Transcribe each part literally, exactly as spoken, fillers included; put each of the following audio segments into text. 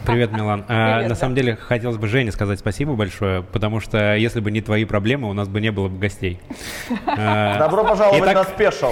Привет, Милан. Привет, а, да. На самом деле, хотелось бы Жене сказать спасибо большое, потому что если бы не твои проблемы, у нас бы не было бы гостей. Добро пожаловать на спешл.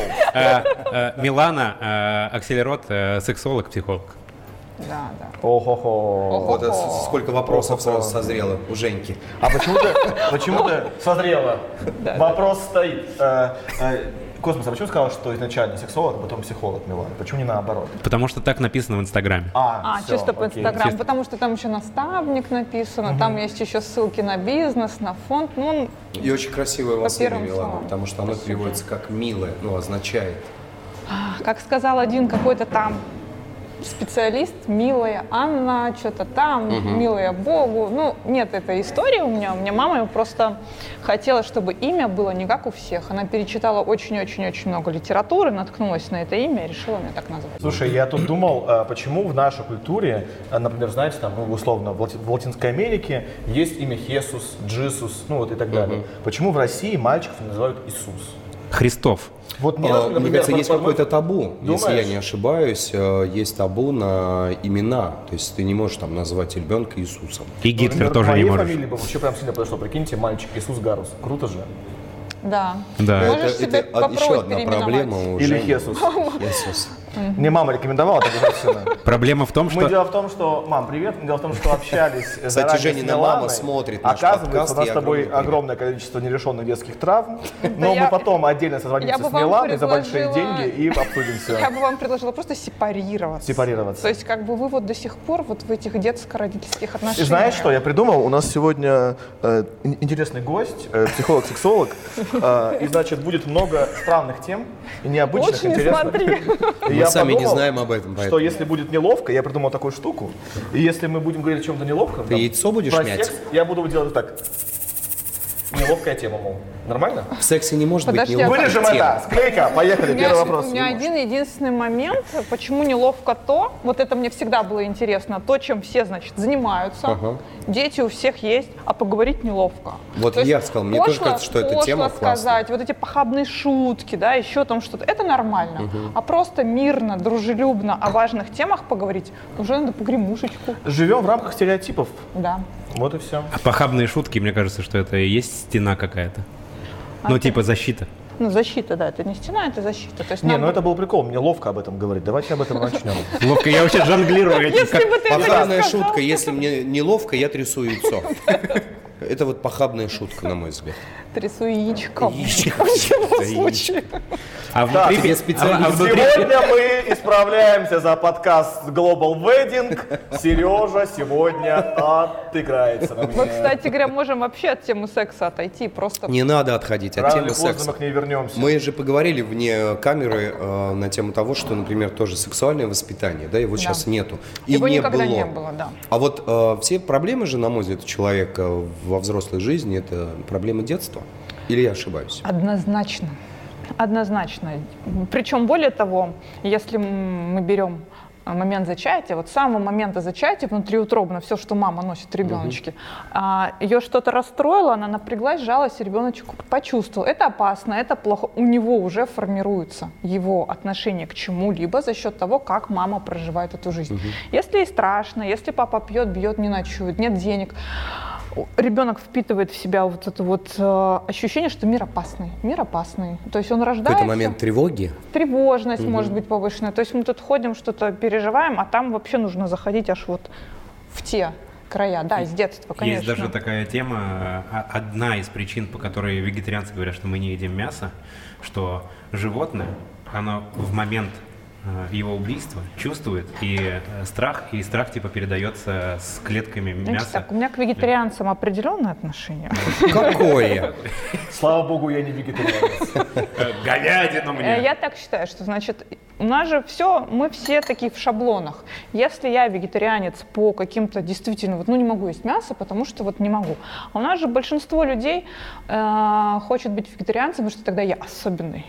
Милана, акселерот, сексолог, психолог. Да, да. Ого-го. Вот это сколько вопросов сразу созрело у Женьки. А почему-то, почему-то созрело. Вопрос стоит. Э, э, Космос, а почему сказал, что изначально сексолог, а потом психолог, Милана? Почему не наоборот? Потому что так написано в Инстаграме. А, всё, чисто по окей. Инстаграм, Чисто. потому что там еще наставник написано, там есть еще ссылки на бизнес, на фонд. Ну, И очень красивое у вас По имя, первым Милана, словам. потому что оно переводится как «милое», ну, означает. как сказал один какой-то там специалист, милая Анна, что-то там, Угу. милая Богу. Ну, нет этой истории у меня. У меня мама просто хотела, чтобы имя было не как у всех. Она перечитала очень-очень-очень много литературы, наткнулась на это имя и решила меня так назвать. Слушай, я тут думал, а, почему в нашей культуре, а, например, знаете, там, ну, условно, в Лати- в Латинской Америке есть имя Хесус, Джисус, ну вот и так далее. Почему в России мальчиков называют Иисус? Христов. Вот мне, А, например, Мне кажется, по- есть по- какое-то табу, если я Думаешь? не ошибаюсь, э, есть табу на имена. То есть ты не можешь там назвать ребенка Иисусом. И Гитлер Например, тоже не моей можешь. фамилии бы вообще прям сильно подошло. Прикиньте, мальчик Иисус Гарус. Круто же. Да. Да. Можешь это себе это од- еще попробовать одна переименовать. проблема у Или Жени. Хесус. Иисус. Мне мама рекомендовала так назвать сына. Проблема в том, Мы что... дело в том, что, мам, привет, дело в том, что общались Кстати, заранее с Женина Миланой. мама смотрит наш Оказывается, подкаст, у нас и с тобой огромный привет. огромное количество нерешенных детских травм, но я- мы потом отдельно я созвонимся бы с вам Миланой за большие предложила- деньги и обсудим все. Я бы вам предложила просто сепарироваться. Сепарироваться. То есть как бы вы вот до сих пор вот в этих детско-родительских И отношениях. знаешь что, я придумал, у нас сегодня э, ин- интересный гость, э, психолог-сексолог, э, и, значит, будет много странных тем и необычных, Лучше не интересных. смотри. И Мы я сами не подумал, знаем об этом, что поэтому. если будет неловко, я придумал такую штуку, и если мы будем говорить о чем-то неловком, Ты яйцо будешь про мять? секс, я буду делать так. Неловкая тема, мол. Нормально? В сексе не может Подожди, быть а неловких Вырежем тем. это. Склейка. Поехали. У меня, Первый вопрос. у меня один единственный момент, почему неловко то, вот это мне всегда было интересно, то, чем все, значит, занимаются, Ага. дети у всех есть, а поговорить неловко. Вот То есть я сказал, мне тоже пошло- кажется, что эта пошло тема классная. сказать, вот эти похабные шутки, да, еще там что-то, это нормально. А просто мирно, дружелюбно о важных темах поговорить, уже надо погремушечку, Живем в рамках стереотипов. да. Вот и все. А похабные шутки, мне кажется, что это и есть стена какая-то. А Ну, ты- типа защита. Ну, защита, да, это не стена, это защита. То есть Не, нам ну бы- это был прикол, мне ловко об этом говорить. Давайте об этом начнем. Ловко, я вообще жонглирую этим, Если как... бы ты это не Похабная сказал. шутка, если мне неловко, я трясу яйцо. Это вот похабная шутка, на мой взгляд. Трясу яичком. Яичко. В любом Да, случае. А внутри... тебе а- специально- а внутри... Сегодня мы исправляемся за подкаст Global Wedding. Сережа сегодня отыграется на Вот, мне. кстати говоря, можем вообще от темы секса отойти, просто Не надо отходить от Рано или темы поздно секса. мы к ней вернемся. Мы же поговорили вне камеры э, на тему того, что, например, тоже сексуальное воспитание, да, его сейчас нету. И Его не никогда было. не было, да. А вот э, все проблемы же, на мой взгляд, человека во взрослой жизни, это проблемы детства. Или я ошибаюсь? Однозначно. Однозначно. Причем, более того, если м- мы берем а, момент зачатия, вот с самого момента зачатия внутриутробно, все, что мама носит ребеночке, а, ее что-то расстроило, она напряглась, жалась, и ребеночек почувствовал. Это опасно, это плохо. У него уже формируется его отношение к чему-либо за счет того, как мама проживает эту жизнь. Если ей страшно, если папа пьет, бьет, не ночует, нет денег, ребенок впитывает в себя вот это вот э, ощущение, что мир опасный, мир опасный. То есть он рождается, Какой-то момент тревоги. тревожность может быть повышенная. То есть мы тут ходим, что-то переживаем, а там вообще нужно заходить аж вот в те края. Да, из детства, конечно. Есть даже такая тема, а- одна из причин, по которой вегетарианцы говорят, что мы не едим мясо, что животное, оно в момент э, его убийства чувствует и э, страх, и страх типа передается с клетками Знаете, мяса. так, у меня к вегетарианцам определенное отношение. Какое? Слава богу, я не вегетарианец. Э, Говядину Э, мне! Я так считаю, что, значит, у нас же все, мы все такие в шаблонах. Если я вегетарианец по каким-то действительно, вот, ну не могу есть мясо, потому что вот не могу. А у нас же большинство людей э, хочет быть вегетарианцем, потому что тогда я особенный.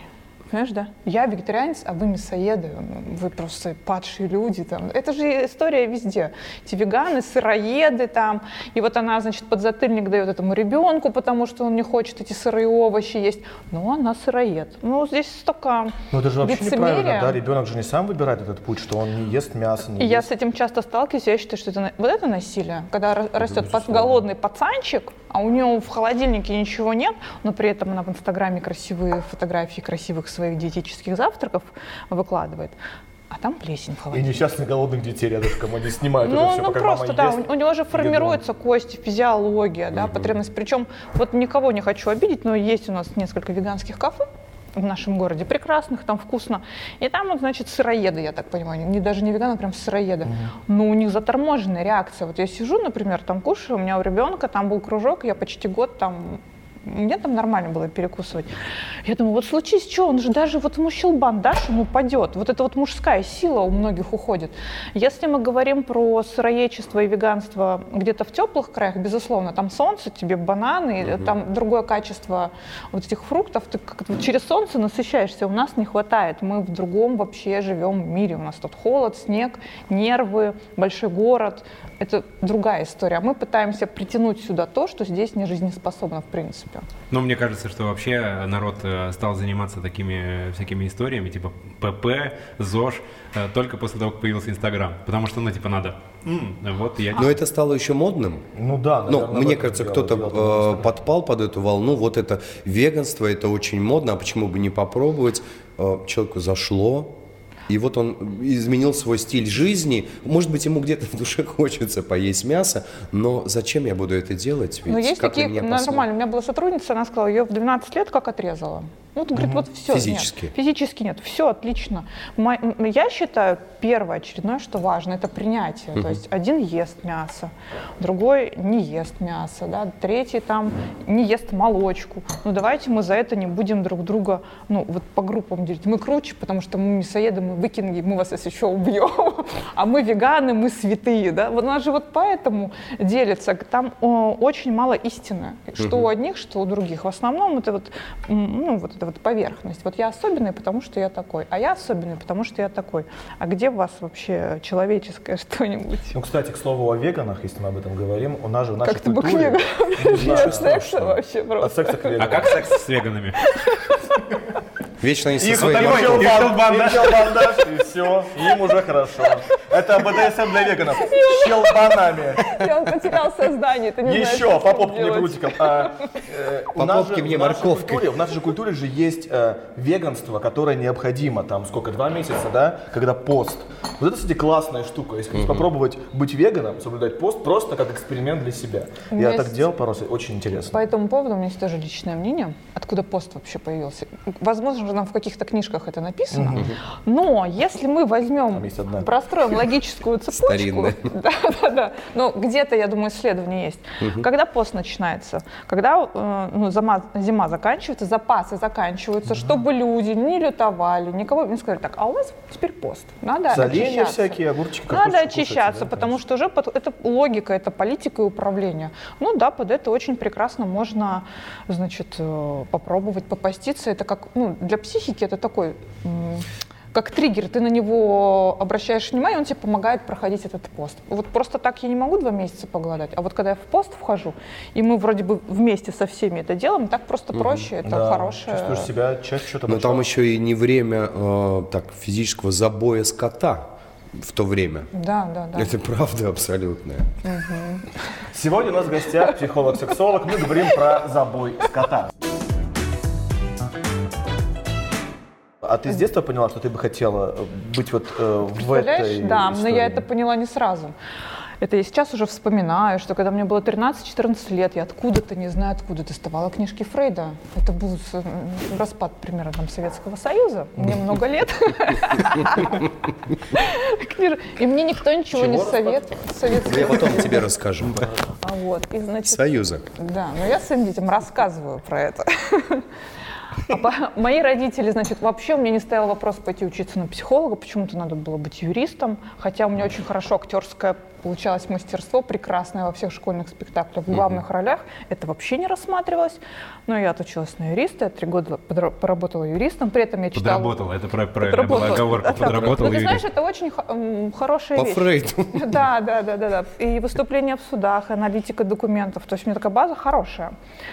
Понимаешь, да? Я вегетарианец, а вы мясоеды, вы просто падшие люди. Там. Это же история везде. Эти веганы, сыроеды там. И вот она, значит, подзатыльник дает этому ребенку, потому что он не хочет эти сырые овощи есть. Но она сыроед. Ну, здесь столько Ну, это же вообще лицемерия. неправильно, да? Ребенок же не сам выбирает этот путь, что он не ест мясо, не И я ест. с этим часто сталкиваюсь, я считаю, что это, на- вот это насилие, когда ра- растет безусловно. пац- голодный пацанчик, а у него в холодильнике ничего нет, но при этом она в Инстаграме красивые фотографии красивых своих диетических завтраков выкладывает, а там плесень в И холодильнике. несчастных голодных детей рядышком, они снимают Ну, это все, ну пока просто, мама да, ест. у, у него же формируются кости, физиология, да, потребность. Причем, вот никого не хочу обидеть, но есть у нас несколько веганских кафе в нашем городе, прекрасных, там вкусно. И там вот, значит, сыроеды, я так понимаю, не, даже не веганы, а прям сыроеды. Но у них заторможенная реакция. Вот я сижу, например, там кушаю, у меня у ребенка там был кружок, я почти год там, мне там нормально было перекусывать. Я думаю, вот случись что, он же даже вот ему щелбан дашь, он упадет. Вот эта вот мужская сила у многих уходит. Если мы говорим про сыроедчество и веганство где-то в теплых краях, безусловно, там солнце, тебе бананы, mm-hmm. там другое качество вот этих фруктов, ты как-то через солнце насыщаешься, у нас не хватает. Мы в другом вообще живем мире. У нас тут холод, снег, нервы, большой город. Это другая история. А мы пытаемся притянуть сюда то, что здесь не жизнеспособно в принципе. Ну, мне кажется, что вообще народ э, стал заниматься такими всякими историями, типа ПП, ЗОЖ, э, только после того, как появился Инстаграм. Потому что, ну, типа, надо, м, вот я... Но это стало еще модным. Ну да, Ну, наверное, мне в этом кажется, дело, кто-то дело, э, подпал под эту волну. Вот это веганство, это очень модно, а почему бы не попробовать? Э, человеку зашло. И вот он изменил свой стиль жизни. Может быть, ему где-то в душе хочется поесть мясо, но зачем я буду это делать? Ведь Но есть как такие, на меня нормально, посмотрят? у меня была сотрудница, она сказала, ее в двенадцать лет как отрезала. Вот, говорит, вот все. Физически? Нет, физически нет. Все отлично. Мо- Я считаю, первое, очередное, что важно, это принятие. Мгм. То есть один ест мясо, другой не ест мясо, да, третий там не ест молочку. Ну давайте мы за это не будем друг друга, ну вот по группам делить. Мы круче, потому что мы мясоеды, мы викинги, мы вас если еще убьем. А мы веганы, мы святые, да. Вот у нас же вот поэтому делится. Там о, очень мало истины. Что Мгм. у одних, что у других. В основном это вот, м, ну вот это вот поверхность. Вот я особенный, потому что я такой, а я особенный, потому что я такой. А где у вас вообще человеческое что-нибудь? Ну, кстати, к слову о веганах, если мы об этом говорим, у нас же в нашей Как ты бы к культуре... веганам Не знаю, от секса вообще От просто. секса к А веганам. как секс с веганами? Вечно они со Их своими... вот такой И щелбан, да? и щелбан дашь, и все, им уже хорошо. Это БДСМ для веганов. С щелбанами. И он потерял сознание, ты не знаешь, Еще что по с ним попке мне делать. прутиком. А, э, у По нас попке же мне в нашей морковкой. культуре- В нашей же культуре же есть э, веганство, которое необходимо, там, сколько, два месяца, да, когда пост. Вот это, кстати, классная штука. Если хотите попробовать быть веганом, соблюдать пост, просто как эксперимент для себя. У Я меня так есть- делал пару раз, очень интересно. По этому поводу у меня есть тоже личное мнение, откуда пост вообще появился. Возможно, нам в каких-то книжках это написано, но если мы возьмем, Там есть одна. простроим логическую цепочку, Старинная. да, да, да, но где-то, я думаю, исследование есть. Когда пост начинается, когда э, ну, зима, зима заканчивается, запасы заканчиваются, чтобы люди не лютовали, никого не сказали, так, а у вас теперь пост, надо Соленья очищаться. всякие, огурчики, Надо картошечку кушать, очищаться, да, потому конечно. что уже под, это логика, это политика и управление. Ну да, под это очень прекрасно можно, значит, э, попробовать попаститься. Это как, ну, для психики это такой, м, как триггер. Ты на него обращаешь внимание, он тебе помогает проходить этот пост. Вот просто так я не могу два месяца поголодать, а вот когда я в пост вхожу, и мы вроде бы вместе со всеми это делаем, так просто проще, это Да, хорошее. Чувствуешь себя частью чего-то Но большого. там еще и не время э, так, физического забоя скота в то время. Да, да, да. Это правда абсолютная. Сегодня у нас в гостях психолог-сексолог. Мы говорим про забой скота. А ты с детства поняла, что ты бы хотела быть вот э, в Представляешь? этой Да, но истории? я это поняла не сразу. Это я сейчас уже вспоминаю, что когда мне было тринадцать-четырнадцать лет, я откуда-то, не знаю откуда, доставала книжки Фрейда. Это был с- м, распад примерно там, Советского Союза. Мне много лет. Книж- И мне никто ничего не Чего советовал. Я Советский. потом тебе расскажу. А вот, и значит, Союза. да, но я своим детям рассказываю про это. А по, мои родители, значит, вообще у меня не стоял вопрос пойти учиться на психолога, почему-то надо было быть юристом, хотя у меня очень хорошо актерское получалось мастерство, прекрасное во всех школьных спектаклях, в главных ролях, это вообще не рассматривалось, но я отучилась на юриста, я три года подра- поработала юристом, при этом я читала... Подработала, это правильно была оговорка, подработала юристом. Ну, ты знаешь, юрист. это очень х- хорошая По вещь. Фрейду. Да, да, да, да, да. И выступления в судах, аналитика документов, то есть у меня такая база хорошая.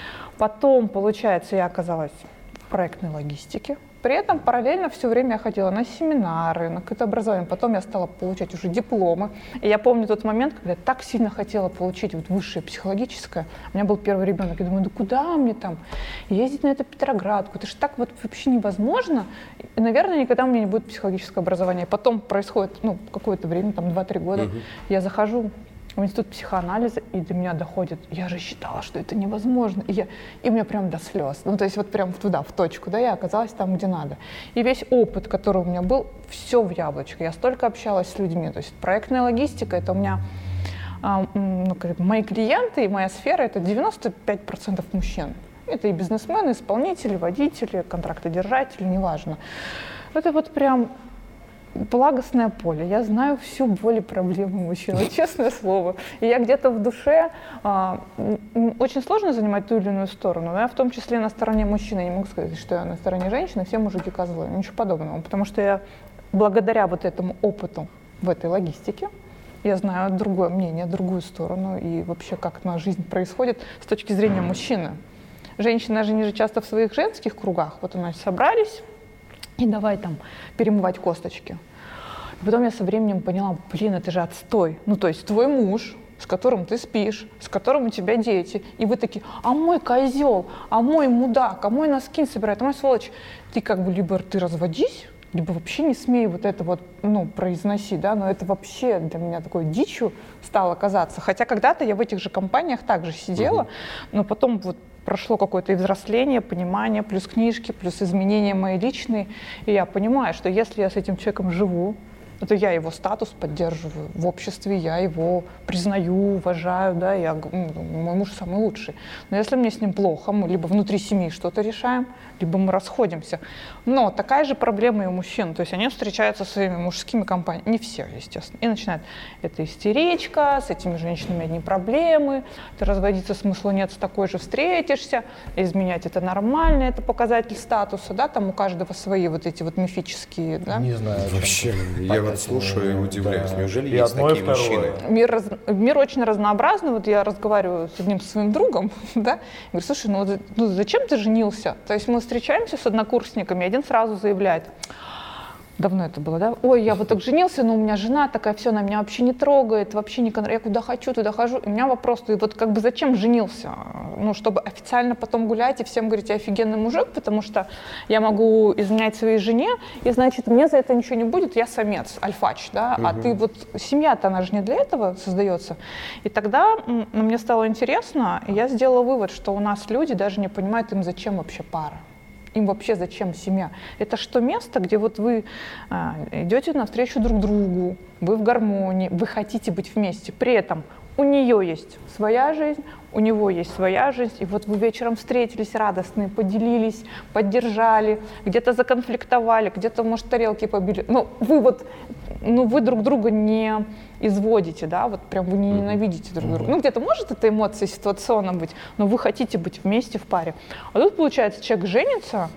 Потом, получается, я оказалась в проектной логистике. При этом параллельно все время я ходила на семинары, на какое-то образование. Потом я стала получать уже дипломы. И я помню тот момент, когда я так сильно хотела получить вот высшее психологическое. У меня был первый ребенок. Я думаю, да куда мне там ездить на эту Петроградку? Это же так вот вообще невозможно. И, наверное, никогда у меня не будет психологического образования. И потом происходит, ну, какое-то время, там, два-три года. Uh-huh. Я захожу в институт психоанализа, и до меня доходит, я же считала, что это невозможно, и, я, и у меня прям до слез, ну то есть вот прям туда, в точку, да, я оказалась там, где надо. И весь опыт, который у меня был, все в яблочко, я столько общалась с людьми, то есть проектная логистика, это у меня, а, ну, как бы мои клиенты и моя сфера, это девяносто пять процентов мужчин. Это и бизнесмены, исполнители, водители, контрактодержатели, неважно. Это вот прям благостное поле. Я знаю всю боль и проблемы мужчин, честное слово. И я где-то в душе... А, очень сложно занимать ту или иную сторону, но я в том числе на стороне мужчины. Я не могу сказать, что я на стороне женщины, все мужики козлы. Ничего подобного. Потому что я благодаря вот этому опыту в этой логистике, я знаю другое мнение, другую сторону и вообще, как на жизнь происходит с точки зрения мужчины. Женщины же не же часто в своих женских кругах. Вот у нас собрались, и давай там перемывать косточки. И потом я со временем поняла, блин, это же отстой. Ну, то есть твой муж, с которым ты спишь, с которым у тебя дети, и вы такие, а мой козел, а мой мудак, а мой носки собирает, а мой сволочь. Ты как бы либо ты разводись, либо вообще не смей вот это вот, ну, произносить, да, но это вообще для меня такой дичью стало казаться. Хотя когда-то я в этих же компаниях также сидела, uh-huh. но потом вот прошло какое-то и взросление, понимание, плюс книжки, плюс изменения мои личные. И я понимаю, что если я с этим человеком живу, то я его статус поддерживаю в обществе, я его признаю, уважаю, да, я, мой муж самый лучший. Но если мне с ним плохо, мы либо внутри семьи что-то решаем, либо мы расходимся. Но такая же проблема и у мужчин. То есть они встречаются со своими мужскими компаниями, не все, естественно, и начинают, это истеричка, с этими женщинами одни проблемы, ты разводиться смысла нет, с такой же встретишься, изменять это нормально, это показатель статуса, да, там у каждого свои вот эти вот мифические, да. Не знаю. Вообще, я вот слушаю и удивляюсь, да. Неужели и есть одно, такие и второе. мужчины? Мир, раз, мир очень разнообразный, вот я разговариваю с одним своим другом, да, и говорю, слушай, ну, ну зачем ты женился? То есть мы встречаемся с однокурсниками, один сразу заявляет, давно это было, да, ой, я вот так женился, но у меня жена такая, все, она меня вообще не трогает, вообще не контролирует, я куда хочу, туда хожу, и у меня вопрос, ты вот как бы зачем женился? Ну, чтобы официально потом гулять и всем говорить, я офигенный мужик, потому что я могу изменять своей жене, и значит, мне за это ничего не будет, я самец, альфач, да, угу. А ты вот, семья-то, она же не для этого создается. И тогда ну, мне стало интересно, и я сделала вывод, что у нас люди даже не понимают, им зачем вообще пара. Им вообще зачем семья? Это что место, где вот вы а, идете навстречу друг другу, вы в гармонии, вы хотите быть вместе. При этом у нее есть своя жизнь, у него есть своя жизнь, и вот вы вечером встретились радостные, поделились, поддержали, где-то законфликтовали, где-то, может, тарелки побили. Ну, вы вот, ну, вы друг друга не изводите, да, вот прям вы не ненавидите друг друга. Ну, где-то может эта эмоция ситуационно быть, но вы хотите быть вместе в паре. А тут, получается, человек женится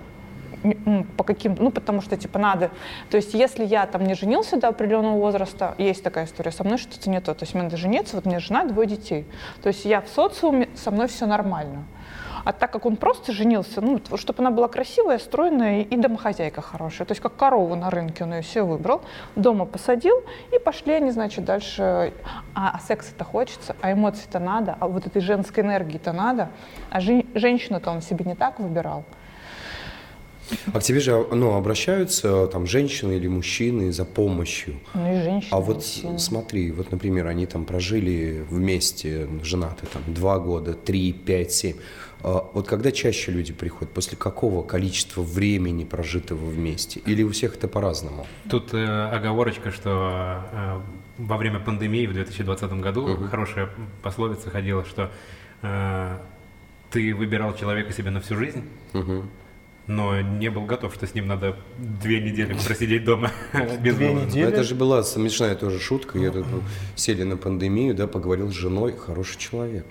по каким, ну, потому что, типа, надо. То есть, если я там не женился до определенного возраста, есть такая история, со мной что-то не то. То есть, мне надо жениться, вот у меня жена, двое детей. То есть, я в социуме, со мной все нормально. А так как он просто женился, ну, чтобы она была красивая, стройная и домохозяйка хорошая. То есть как корову на рынке он ее все выбрал, дома посадил, и пошли они, значит, дальше. А, а секса-то хочется, а эмоций-то надо, а вот этой женской энергии-то надо. А жен, женщину-то он себе не так выбирал. А к тебе же, ну, обращаются там женщины или мужчины за помощью. Ну и женщины. А вот мужчины. Смотри, вот, например, они там прожили вместе, женаты там два года, три, пять, семь. А вот когда чаще люди приходят, после какого количества времени прожитого вместе? Или у всех это по-разному? Тут э, оговорочка, что э, во время пандемии в две тысячи двадцатом году uh-huh. хорошая пословица ходила, что э, ты выбирал человека себе на всю жизнь, uh-huh. но не был готов, что с ним надо две недели просидеть дома без Две ужина. недели? Это же была смешная тоже шутка. Я тут ну, сели на пандемию, да, поговорил с женой, хороший человек.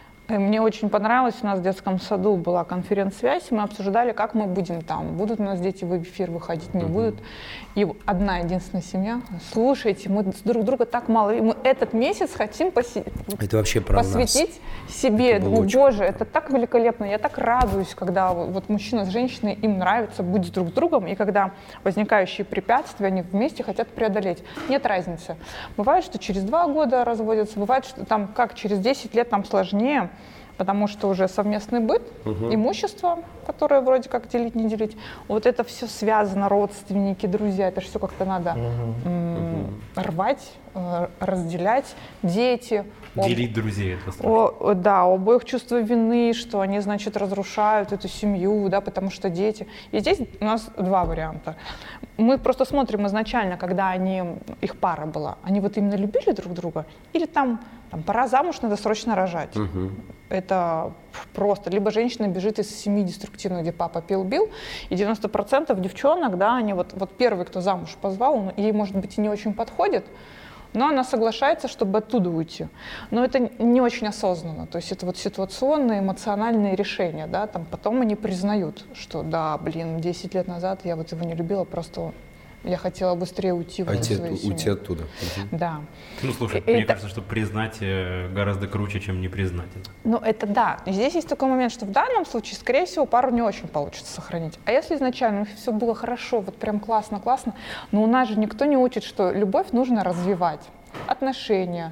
Мне очень понравилось, у нас в детском саду была конференц-связь, мы обсуждали, как мы будем там, будут у нас дети в эфир выходить, не uh-huh. будут. И одна единственная семья, слушайте, мы друг друга так мало, мы этот месяц хотим поси... это вообще про посвятить нас. себе. Это Думаю, очень... боже, это так великолепно, я так радуюсь, когда вот мужчина с женщиной, им нравится быть друг с другом, и когда возникающие препятствия они вместе хотят преодолеть. Нет разницы. Бывает, что через два года разводятся, бывает, что там как через десять лет там сложнее, потому что уже совместный быт, угу. имущество, которое вроде как делить, не делить, вот это все связано, родственники, друзья, это же все как-то надо угу. м- рвать, э- разделять, дети. Делить об... друзей, это страшно. О, да, у обоих чувство вины, что они, значит, разрушают эту семью, да, потому что дети. И здесь у нас два варианта. Мы просто смотрим изначально, когда они, их пара была, они вот именно любили друг друга, или там, там пора замуж, надо срочно рожать. Угу. Это просто. Либо женщина бежит из семьи деструктивной, где папа пил-бил, и девяносто процентов девчонок, да, они вот, вот первый, кто замуж позвал, ей, может быть, и не очень подходит, но она соглашается, чтобы оттуда уйти. Но это не очень осознанно. То есть это вот ситуационные, эмоциональные решения. Да? Там потом они признают, что да, блин, десять лет назад я вот его не любила, просто я хотела быстрее уйти в уйти, свою семью. Уйти оттуда. Да. Ну, слушай, это... мне кажется, что признать гораздо круче, чем не признать это. Ну, это да. И здесь есть такой момент, что в данном случае, скорее всего, пару не очень получится сохранить. А если изначально все было хорошо, вот прям классно-классно, но у нас же никто не учит, что любовь нужно развивать. Отношения,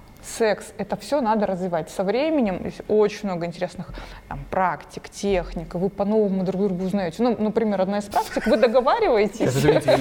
секс, это все надо развивать. Со временем есть очень много интересных там, практик, техник, вы по-новому друг друга узнаете. Ну, например, одна из практик, вы договариваетесь,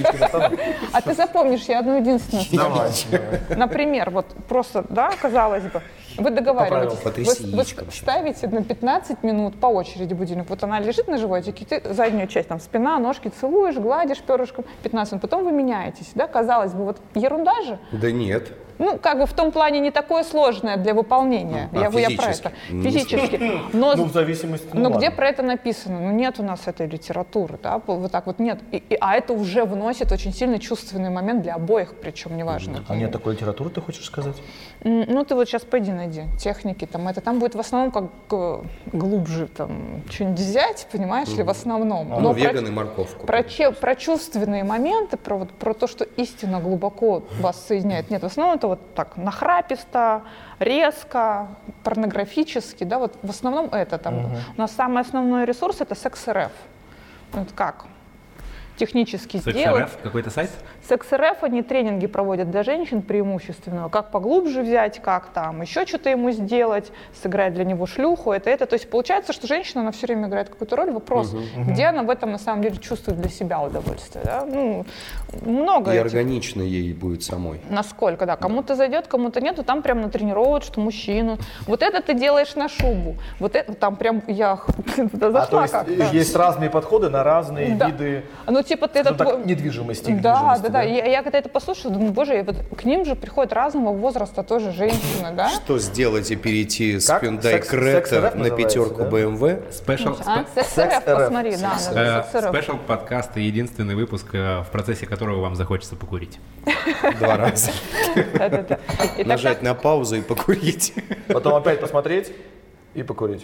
а ты запомнишь, я одну единственную скажу. Например, вот просто, да, казалось бы, вы договариваетесь, вы, вы ставите на пятнадцать минут по очереди будильник, вот она лежит на животике, ты заднюю часть, там, спина, ножки целуешь, гладишь перышком, пятнадцать минут, потом вы меняетесь, да, казалось бы, вот ерунда же. Да нет. Ну, как бы в том плане не такое сложное для выполнения. А, я, я про это. Физически. Но, ну, в зависимости. Ну, но ладно. где про это написано? Ну, нет у нас этой литературы, да, вот так вот нет. И, и, а это уже вносит очень сильный чувственный момент для обоих, причем неважно. А нет такой литературы, ты хочешь сказать? Ну, ты вот сейчас пойди найди техники, там это, там будет в основном как глубже, там, что-нибудь взять, понимаешь ли, в основном. А, но ну, веган про, и морковку. Про, че, про чувственные моменты, про, вот, про то, что истинно глубоко вас соединяет. Нет, в основном это вот так нахраписто, резко, порнографически, да, вот в основном это там. Uh-huh. У нас самый основной ресурс — это секс.рф. Вот как технически сделать. секс.рф, какой-то сайт? секс.рф, они тренинги проводят для женщин преимущественно, как поглубже взять, как там еще что-то ему сделать, сыграть для него шлюху, это, это. То есть получается, что женщина, она все время играет какую-то роль. Вопрос, uh-huh. где она в этом на самом деле чувствует для себя удовольствие. Да? Ну, много И этих. органично ей будет самой. Насколько, да. Кому-то зайдет, кому-то нет, там прям натренировывают, что мужчину. Вот это ты делаешь на шубу. Вот это там прям я зашла а, то есть как-то. Есть разные подходы на разные да. виды. Ну, типа, ты это так, недвижимости. Да, да, да, да. Я, я когда это послушала, думаю, боже, я вот, к ним же приходят разного возраста тоже женщины, да? Что сделать и перейти с как? Hyundai Creta на пятерку да? бэ эм вэ? Special, а, секс.рф, посмотри, да. Спешл подкаст и единственный выпуск, в процессе которого вам захочется покурить. Два раза. Да-да-да. Нажать на паузу и покурить. Потом опять посмотреть и покурить.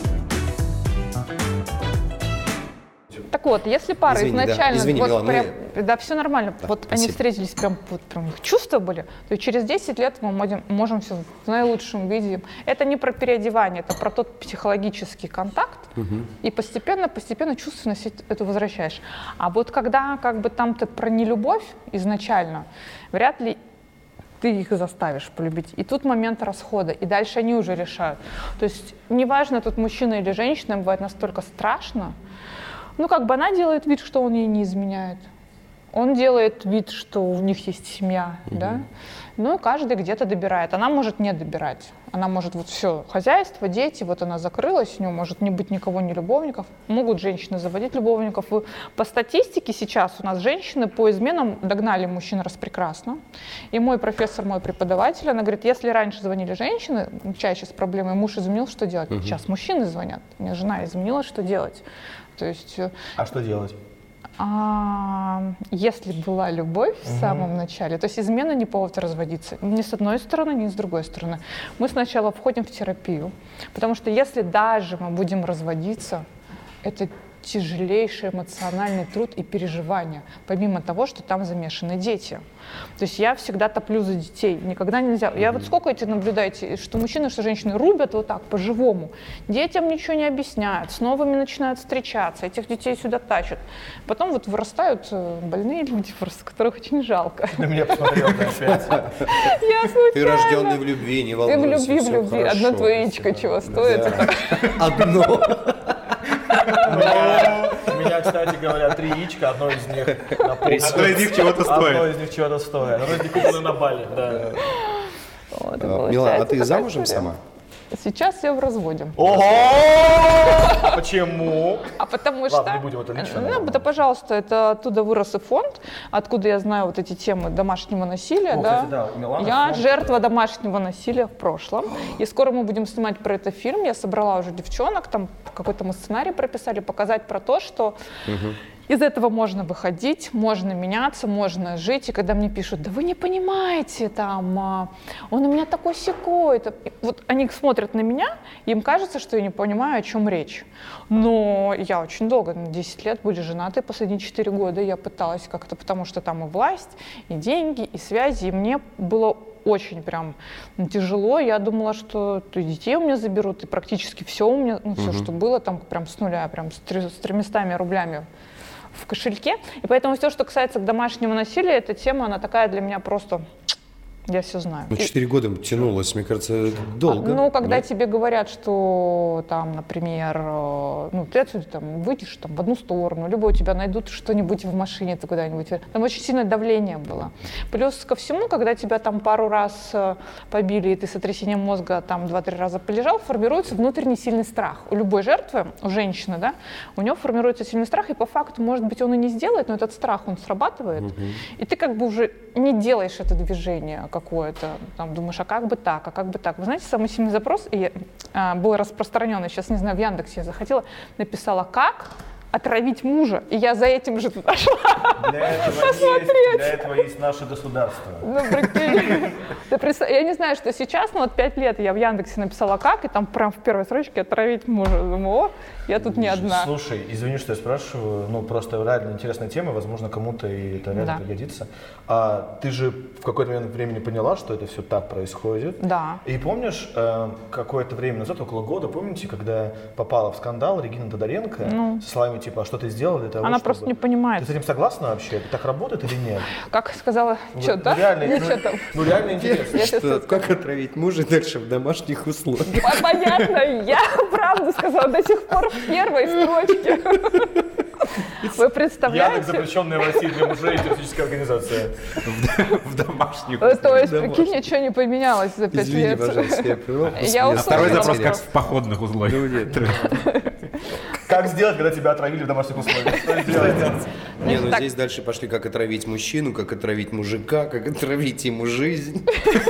Так вот, если пара Извини, изначально, да. Извини, вот Милана, прям, мы... да, все нормально, Да, вот спасибо. они встретились, прям, вот, прям их чувства были, то через десять лет мы можем, можем все в наилучшем виде. Это не про переодевание, это про тот психологический контакт, угу. и постепенно-постепенно чувственность эту возвращаешь. А вот когда как бы там ты про нелюбовь изначально, вряд ли ты их заставишь полюбить. И тут момент расхода, и дальше они уже решают. То есть неважно, тут мужчина или женщина, им бывает настолько страшно. Ну, как бы она делает вид, что он ей не изменяет. Он делает вид, что у них есть семья, mm-hmm. да. Ну, и каждый где-то добирает. Она может не добирать. Она может вот все, хозяйство, дети, вот она закрылась, у нее может не быть никого, ни любовников. Могут женщины заводить любовников. И по статистике сейчас у нас женщины по изменам догнали мужчин распрекрасно. И мой профессор, мой преподаватель, она говорит, если раньше звонили женщины, чаще с проблемой, муж изменил, что делать? Mm-hmm. Сейчас мужчины звонят. У меня жена изменила, что делать? То есть, а что делать? А, если была любовь в самом начале, то есть измена не повод разводиться. Ни с одной стороны, ни с другой стороны. Мы сначала входим в терапию, потому что если даже мы будем разводиться, это тяжелейший эмоциональный труд и переживания, помимо того, что там замешаны дети. То есть я всегда топлю за детей. Никогда нельзя. Я вот сколько эти наблюдаете, что мужчины, что женщины рубят вот так по-живому. Детям ничего не объясняют, с новыми начинают встречаться, этих детей сюда тащат. Потом вот вырастают больные люди, просто которых очень жалко. На меня посмотрел опять. Я случайно. Ты рожденный в любви, не Ты в волнуйся. любви, в всё любви. хорошо. Одно твое яичко чего стоит. Да. Одно. У меня, у меня, кстати говоря, три яичка, одно из них на пол. Одно из них чего-то Одно стоит. из них чего-то стоит. Одно из них куплено на Бали, да. Вот, и Мила, а получается ты такая замужем история. сама? Сейчас я в разводе. Ого! Почему? А потому Ладно, что, не будем, это лично, ну, наверное. да, пожалуйста, это оттуда вырос и фонд, откуда я знаю вот эти темы домашнего насилия, О, да. кстати, да, у Миланы Я фонд. жертва домашнего насилия в прошлом, и скоро мы будем снимать про это фильм. Я собрала уже девчонок, там какой-то мы сценарий прописали, показать про то, что из этого можно выходить, можно меняться, можно жить. И когда мне пишут, да вы не понимаете, там, а, он у меня такой-сякой. Это... Вот они смотрят на меня, им кажется, что я не понимаю, о чем речь. Но я очень долго, десять лет были женаты, последние четыре года я пыталась как-то, потому что там и власть, и деньги, и связи, и мне было очень прям тяжело. Я думала, что и детей у меня заберут, и практически все у меня, ну, все, что было, там прям с нуля, прям с тремястами рублями в кошельке. И поэтому все, что касается домашнего насилия, эта тема, она такая для меня просто... Я все знаю. Ну, И- четыре года тянулось, мне кажется, долго. Ну, когда Нет? тебе говорят, что там, например, э, ну, ты отсюда там выйдешь там, в одну сторону, либо у тебя найдут что-нибудь в машине, ты куда-нибудь. Там очень сильное давление было. Плюс ко всему, когда тебя там пару раз э, побили, и ты с сотрясением мозга там два-три раза полежал, формируется внутренний сильный страх. У любой жертвы, у женщины, да, у нее формируется сильный страх, и по факту, может быть, он и не сделает, но этот страх, он срабатывает, и ты как бы уже не делаешь это движение какое-то, там думаешь, а как бы так, а как бы так. Вы знаете, самый сильный запрос и, а, был распространенный, сейчас не знаю, в Яндексе я заходила, написала, как отравить мужа, и я за этим же туда шла. Для этого, есть, для этого есть наше государство. Ну, прикинь. Ты представ- Я не знаю, что сейчас, но вот пять лет я в Яндексе написала как, и там прям в первой строчке отравить мужа. Думаю, о, я тут не одна. Слушай, извини, что я спрашиваю, ну просто реально интересная тема, возможно, кому-то и это реально Да. пригодится. А ты же в какой-то момент времени поняла, что это все так происходит? Да. И помнишь, э, какое-то время назад, около года, помните, когда попала в скандал Регина Тодоренко Ну. со словами типа, а что ты сделала для того, Она чтобы... просто не понимает. Ты с этим согласна вообще? Это так работает или нет? Как сказала, что, Ну, да? реально, Или ну, что там? ну реально интересно. Я щас Что, это как отравить мужа дальше в домашних условиях? По- Понятно, я правду сказала до сих пор в первой строчке. Вы Яндекс, представляете? запрещенная в России для мужей террористическая организация. В домашних Э, То есть, Домашний. прикинь, ничего не поменялось за пять Извини, лет. пожалуйста, я прервал. Я А услышала второй запрос вопрос. как в походных условиях. Как сделать, когда тебя отравили в домашних условиях? Что сделать? Не, ну Так. здесь дальше пошли, как отравить мужчину, как отравить мужика, как отравить ему жизнь.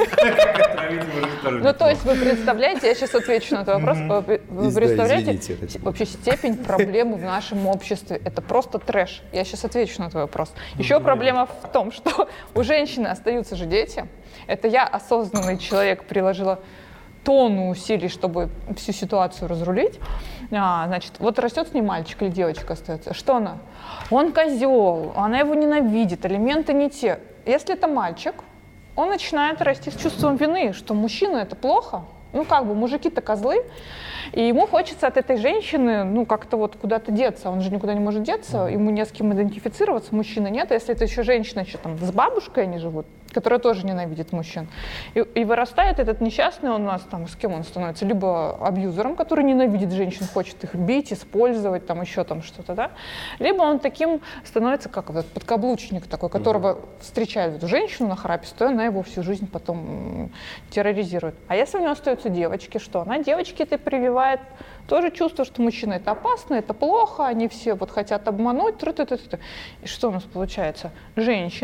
Ну, то есть, вы представляете, я сейчас отвечу на этот вопрос, вы вы Да, представляете извините, это- вообще степень проблемы в нашем обществе? Это просто трэш. Я сейчас отвечу на твой вопрос. Еще проблема в том, что у женщины остаются же дети. Это я, осознанный человек, приложила тонну усилий, чтобы всю ситуацию разрулить. А, значит, вот растет с ней мальчик или девочка остается. Что она? Он козел, она его ненавидит, элементы не те. Если это мальчик, он начинает расти с чувством вины, что мужчина это плохо. Ну как бы, мужики-то козлы. И ему хочется от этой женщины, ну, как-то вот куда-то деться. Он же никуда не может деться, ему не с кем идентифицироваться, мужчины нет. А если это еще женщина, еще там с бабушкой они живут, которая тоже ненавидит мужчин. И, и вырастает этот несчастный он у нас, там, с кем он становится? Либо абьюзером, который ненавидит женщин, хочет их бить, использовать, там, еще там что-то, да? Либо он таким становится, как вот подкаблучник такой, которого встречает эту женщину на храпе, она его всю жизнь потом м, терроризирует. А если у него остаются девочки, что? Она девочке это прививает тоже чувство, что мужчина это опасно, это плохо, они все вот хотят обмануть. Тру-ту-ту-ту. И что у нас получается? Женщины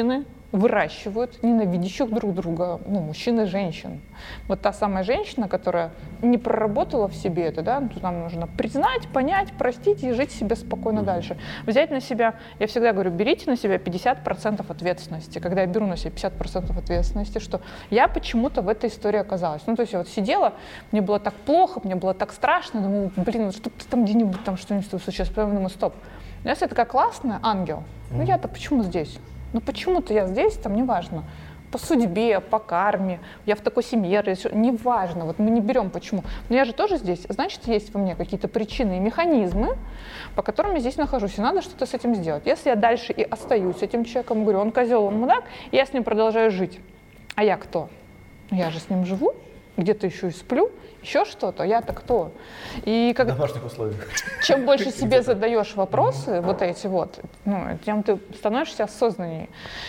выращивают ненавидящих друг друга, ну, мужчин и женщин. Вот та самая женщина, которая не проработала в себе это, да, то нам нужно признать, понять, простить и жить себе спокойно дальше. Взять на себя, я всегда говорю, берите на себя пятьдесят процентов ответственности. Когда я беру на себя пятьдесят процентов ответственности, что я почему-то в этой истории оказалась. Ну, то есть я вот сидела, мне было так плохо, мне было так страшно, думаю, блин, вот что-то там где-нибудь там что-нибудь случилось, потом думаю, стоп. Но если я такая классная, ангел, ну я-то почему здесь? Ну почему-то я здесь, там неважно, по судьбе, по карме, я в такой семье, неважно, вот мы не берем почему. Но я же тоже здесь, значит, есть во мне какие-то причины и механизмы, по которым я здесь нахожусь, и надо что-то с этим сделать. Если я дальше и остаюсь с этим человеком, говорю, он козел, он мудак, и я с ним продолжаю жить. А я кто? Я же с ним живу, где-то еще и сплю, еще что-то, я-то кто? И как... В домашних условиях. Чем больше себе задаешь вопросы, вот эти вот, ну, тем ты становишься осознаннее.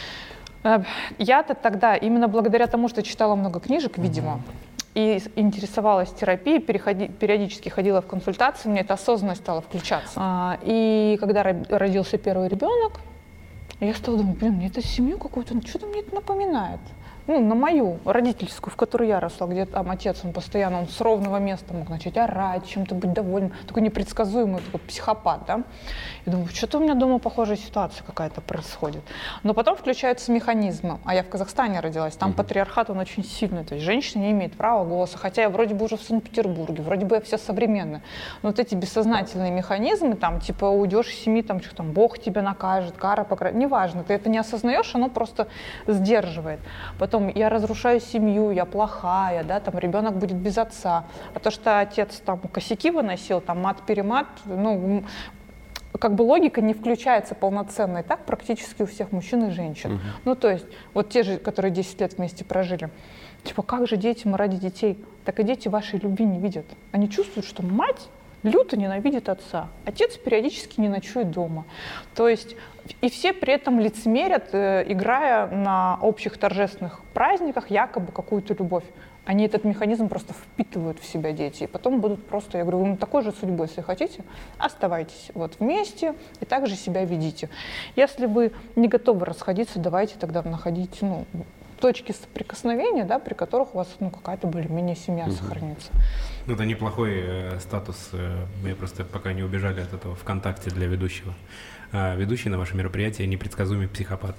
Я-то тогда, именно благодаря тому, что читала много книжек, видимо, и интересовалась терапией, переходи, периодически ходила в консультации, мне эта осознанность стала включаться. А, и когда родился первый ребенок, я стала думать, блин, мне это семью какую-то, что-то мне это напоминает. Ну, на мою родительскую, в которой я росла, где там отец, он постоянно, он с ровного места мог начать орать, чем-то быть довольным, такой непредсказуемый такой психопат, да. Я думаю, что-то у меня дома похожая ситуация какая-то происходит. Но потом включаются механизмы, а я в Казахстане родилась, там mm-hmm. патриархат, он очень сильный, то есть женщина не имеет права голоса, хотя я вроде бы уже в Санкт-Петербурге, вроде бы я вся современная, но вот эти бессознательные механизмы, там, типа, уйдешь из семьи, там, что там, Бог тебя накажет, кара покарает, неважно, ты это не осознаешь, оно просто сдерживает. Потом я разрушаю семью, я плохая, да, там ребенок будет без отца. А то, что отец там косяки выносил, там мат-перемат, ну, как бы логика не включается полноценно. И так практически у всех мужчин и женщин. Uh-huh. Ну, то есть, вот те же, которые десять лет вместе прожили. Типа, как же дети, мы ради детей? Так и дети вашей любви не видят. Они чувствуют, что мать люто ненавидит отца. Отец периодически не ночует дома. То есть и все при этом лицемерят, э, играя на общих торжественных праздниках якобы какую-то любовь. Они этот механизм просто впитывают в себя, дети, и потом будут просто, я говорю, вы такой же судьбой, если хотите, оставайтесь вот вместе и также себя ведите. Если вы не готовы расходиться, давайте тогда находить, ну, точки соприкосновения, да, при которых у вас, ну, какая-то более-менее семья mm-hmm. сохранится. Ну, это неплохой э, статус. Э, мы просто пока не убежали от этого ВКонтакте для ведущего. А ведущий на ваше мероприятие непредсказуемый психопат.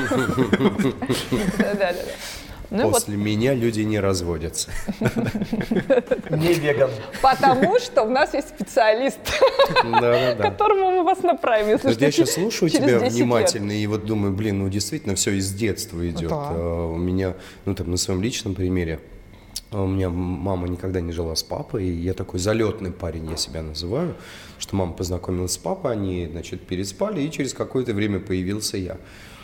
После меня люди не разводятся. Не веган. Потому что у нас есть специалист, которому мы вас направим. Я сейчас слушаю тебя внимательно и вот думаю, блин, ну действительно все из детства идет. У меня, ну там на своем личном примере, у меня мама никогда не жила с папой, и я такой залетный парень, я себя называю, что мама познакомилась с папой, они, значит, переспали, и через какое-то время появился я.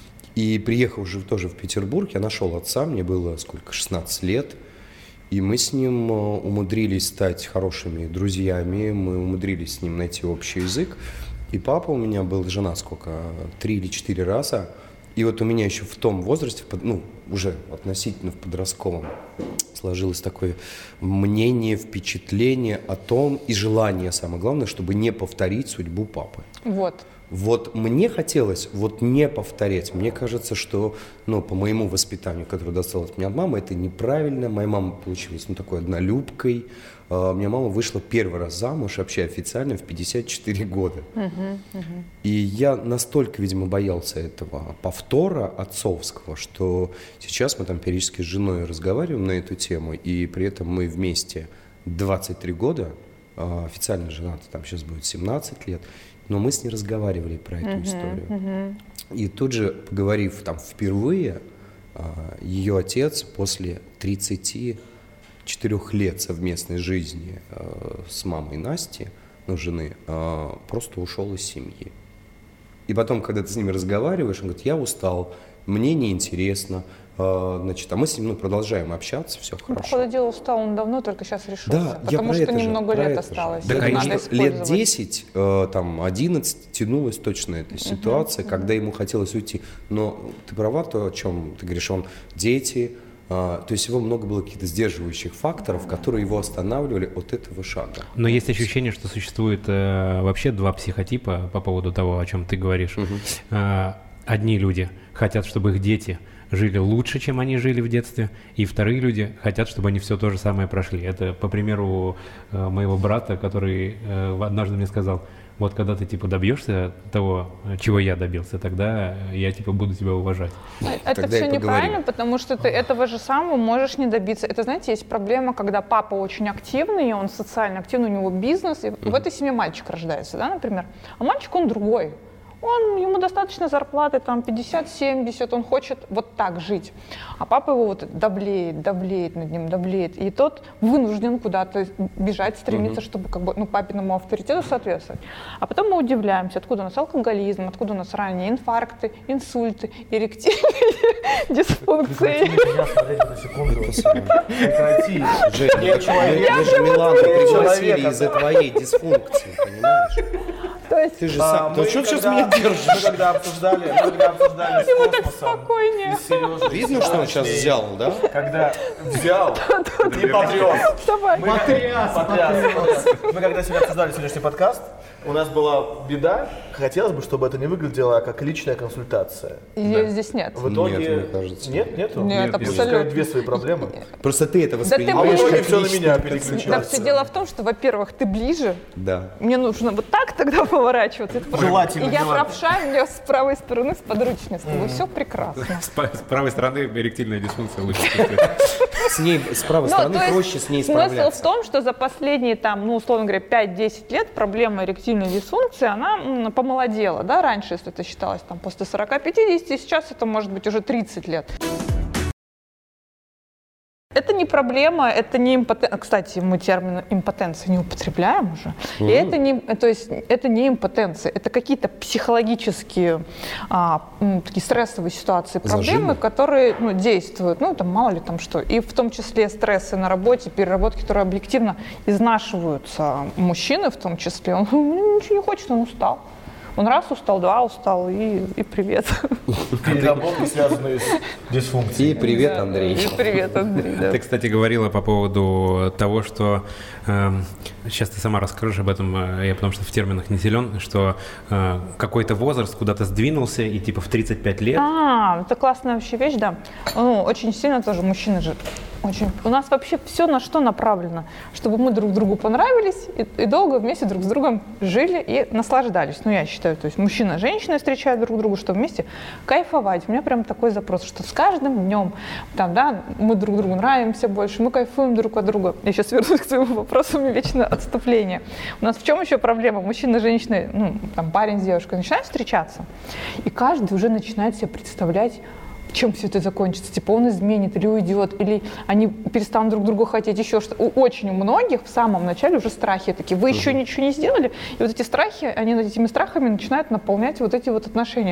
И приехал уже тоже в Петербург, я нашел отца, мне было сколько, шестнадцать лет, и мы с ним умудрились стать хорошими друзьями, мы умудрились с ним найти общий язык. И папа у меня был женат сколько, три или четыре раза. И вот у меня еще в том возрасте, ну, уже относительно в подростковом, сложилось такое мнение, впечатление о том и желание, самое главное, чтобы не повторить судьбу папы. Вот. Вот мне хотелось вот не повторять. Мне кажется, что, ну, по моему воспитанию, которое досталось мне от мамы, это неправильно. Моя мама получилась, ну, такой однолюбкой. Uh, у меня мама вышла первый раз замуж, вообще официально, в пятьдесят четыре года. Uh-huh, uh-huh. И я настолько, видимо, боялся этого повтора отцовского, что сейчас мы там периодически с женой разговариваем на эту тему, и при этом мы вместе двадцать три года, uh, официально женаты, там сейчас будет семнадцать лет, но мы с ней разговаривали про эту uh-huh, историю. Uh-huh. И тут же, поговорив там впервые, uh, ее отец после тридцати четырех лет совместной жизни э, с мамой Насти, ну, жены, э, просто ушел из семьи. И потом, когда ты с ними разговариваешь, он говорит, я устал, мне неинтересно, э, значит, а мы с ним, ну, продолжаем общаться, все хорошо. По ходу дела устал он давно, только сейчас решился, да, потому что немного же, лет осталось. Да, конечно, лет десять, э, там, одиннадцать тянулась точно эта ситуация, uh-huh, когда uh-huh. ему хотелось уйти. Но ты права, то, о чем ты говоришь, он дети. Uh, то есть его много было каких-то сдерживающих факторов, которые его останавливали от этого шага. Но есть ощущение, что существует э, вообще два психотипа по поводу того, о чем ты говоришь. Uh-huh. Uh, одни люди хотят, чтобы их дети жили лучше, чем они жили в детстве, и вторые люди хотят, чтобы они все то же самое прошли. Это по примеру э, моего брата, который э, однажды мне сказал: вот когда ты типа добьешься того, чего я добился, тогда я типа буду тебя уважать. Это Тогда все и неправильно, поговорим. потому что ты этого же самого можешь не добиться. Это, знаете, есть проблема, когда папа очень активный, он социально активный, у него бизнес, и в этой семье мальчик рождается, да, например, а мальчик, он другой. Он, ему достаточно зарплаты, там, пятьдесят-семьдесят, он хочет вот так жить. А папа его вот давлеет, давлеет над ним, давлеет. И тот вынужден куда-то бежать, стремиться, uh-huh. чтобы как бы, ну, папиному авторитету соответствовать. А потом мы удивляемся, откуда у нас алкоголизм, откуда у нас ранние инфаркты, инсульты, эректильные дисфункции. Меня смотреть на секунду. Прекрати. Жень, мы же Милану пригласили из-за твоей дисфункции, понимаешь? То есть, Ты же А, сам... мы Да что ты сейчас когда- меня держишь? Мы когда обсуждали, мы когда обсуждали с ему так космосом, спокойнее. и с Сережей, Видно, что он сейчас Сашей, взял, да? Когда взял и потряс. Давай. Мы потряс, потряс, потряс. Мы когда сегодня обсуждали сегодняшний подкаст, у нас была беда. Хотелось бы, чтобы это не выглядело как личная консультация. Ее здесь нет. В итоге... Нет, мне кажется. Нет, нету? Нет, Нет, абсолютно. Сказать две свои проблемы. Просто ты это ты воспринимаешь А ближе. вы как все на личную меня консультацию. Да, переключаться. все дело в том, что, во-первых, ты ближе, Да. мне нужно вот так тогда поворачиваться. Это Желательно, И я желательно. правша, у меня с правой стороны с подручной стороны. Все прекрасно. С, па- с правой стороны эректильная дисфункция лучше чувствуется. С ней, с правой Ну, стороны то есть проще с ней смысл в справляться. том, что за последние, там, ну, условно говоря, пять-десять лет проблема эректильной дисфункции, она м, помолодела, да, раньше, если это считалось там после сорока-пятидесяти, сейчас это может быть уже тридцать лет. Это не проблема, это не импотенция. Кстати, мы термин импотенция не употребляем уже. И это не, то есть, это не импотенция, это какие-то психологические а, м, такие стрессовые ситуации, проблемы, Зажимы. которые ну, действуют, ну там мало ли там что. И в том числе стрессы на работе, переработки, которые объективно изнашиваются мужчины в том числе. Он ничего не хочет, он устал. Он раз устал, два устал, и, и привет. Переработки, связанные с дисфункцией. И привет, Да, Андрей. И привет, Андрей. да. Ты, кстати, говорила по поводу того, что эм, сейчас ты сама расскажешь об этом, э, я потому что в терминах не силен, что э, какой-то возраст куда-то сдвинулся, и типа в тридцать пять лет. А, это классная вообще вещь, да. Ну, очень сильно тоже мужчины же. Очень. У нас вообще все на что направлено, чтобы мы друг другу понравились и, и долго вместе друг с другом жили и наслаждались. Ну, я считаю, то есть мужчина и женщина встречают друг друга, чтобы вместе кайфовать. У меня прям такой запрос, что с каждым днем там, да, мы друг другу нравимся больше, мы кайфуем друг от друга. Я сейчас вернусь к своему вопросу, у меня вечно отступление. У нас в чем еще проблема? Мужчина и женщина, ну, там, парень с девушкой начинают встречаться, и каждый уже начинает себе представлять, чем все это закончится. Типа он изменит или уйдет, или они перестанут друг друга хотеть, еще что-то. У очень у многих в самом начале уже страхи такие. Вы еще ничего не сделали, и вот эти страхи, они над этими страхами начинают наполнять вот эти вот отношения.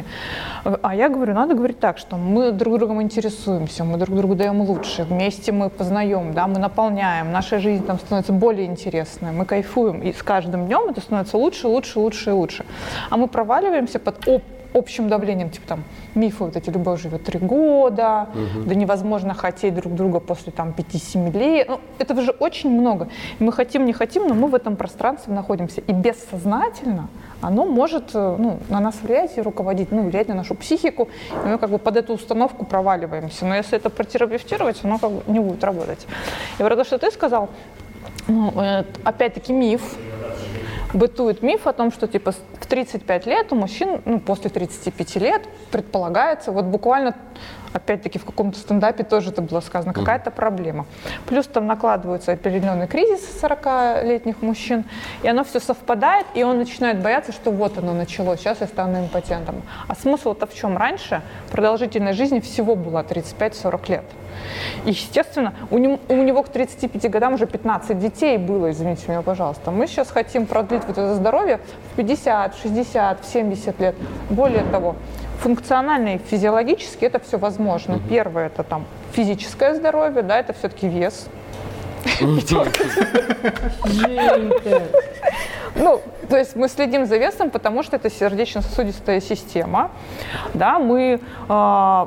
А я говорю, надо говорить так, что мы друг другом интересуемся, мы друг другу даем лучше, вместе мы познаем, да, мы наполняем, наша жизнь там становится более интересной, мы кайфуем, и с каждым днем это становится лучше, лучше, лучше и лучше. А мы проваливаемся под оп общим давлением, типа там мифы вот эти, любовь живет три года, угу. да невозможно хотеть друг друга после там пяти-семи лет. Ну, этого же очень много. И мы хотим, не хотим, но мы в этом пространстве находимся. И бессознательно оно может ну, на нас влиять и руководить, ну, влиять на нашу психику. И мы как бы под эту установку проваливаемся. Но если это протерапевтировать, оно как бы не будет работать. И про то, что ты сказал, ну, опять-таки миф. Бытует миф о том, что типа в тридцать пять лет у мужчин, ну, после тридцати пяти лет предполагается, вот буквально, опять-таки в каком-то стендапе тоже это было сказано, какая-то проблема. Плюс там накладывается определенный кризис сорокалетних мужчин, и оно все совпадает, и он начинает бояться, что вот оно началось, сейчас я стану импотентом. А смысл-то в чем? Раньше продолжительность жизни всего была тридцать пять-сорок лет. И, естественно, у него, у него к тридцати пяти годам уже пятнадцать детей было, извините меня, пожалуйста. Мы сейчас хотим продлить вот это здоровье в пятьдесят, шестьдесят, семьдесят лет. Более того, функционально и физиологически это все возможно. Mm-hmm. Первое – это там физическое здоровье, да, это все-таки вес. Ну, то есть мы следим за весом, потому что это сердечно-сосудистая система, да, мы э,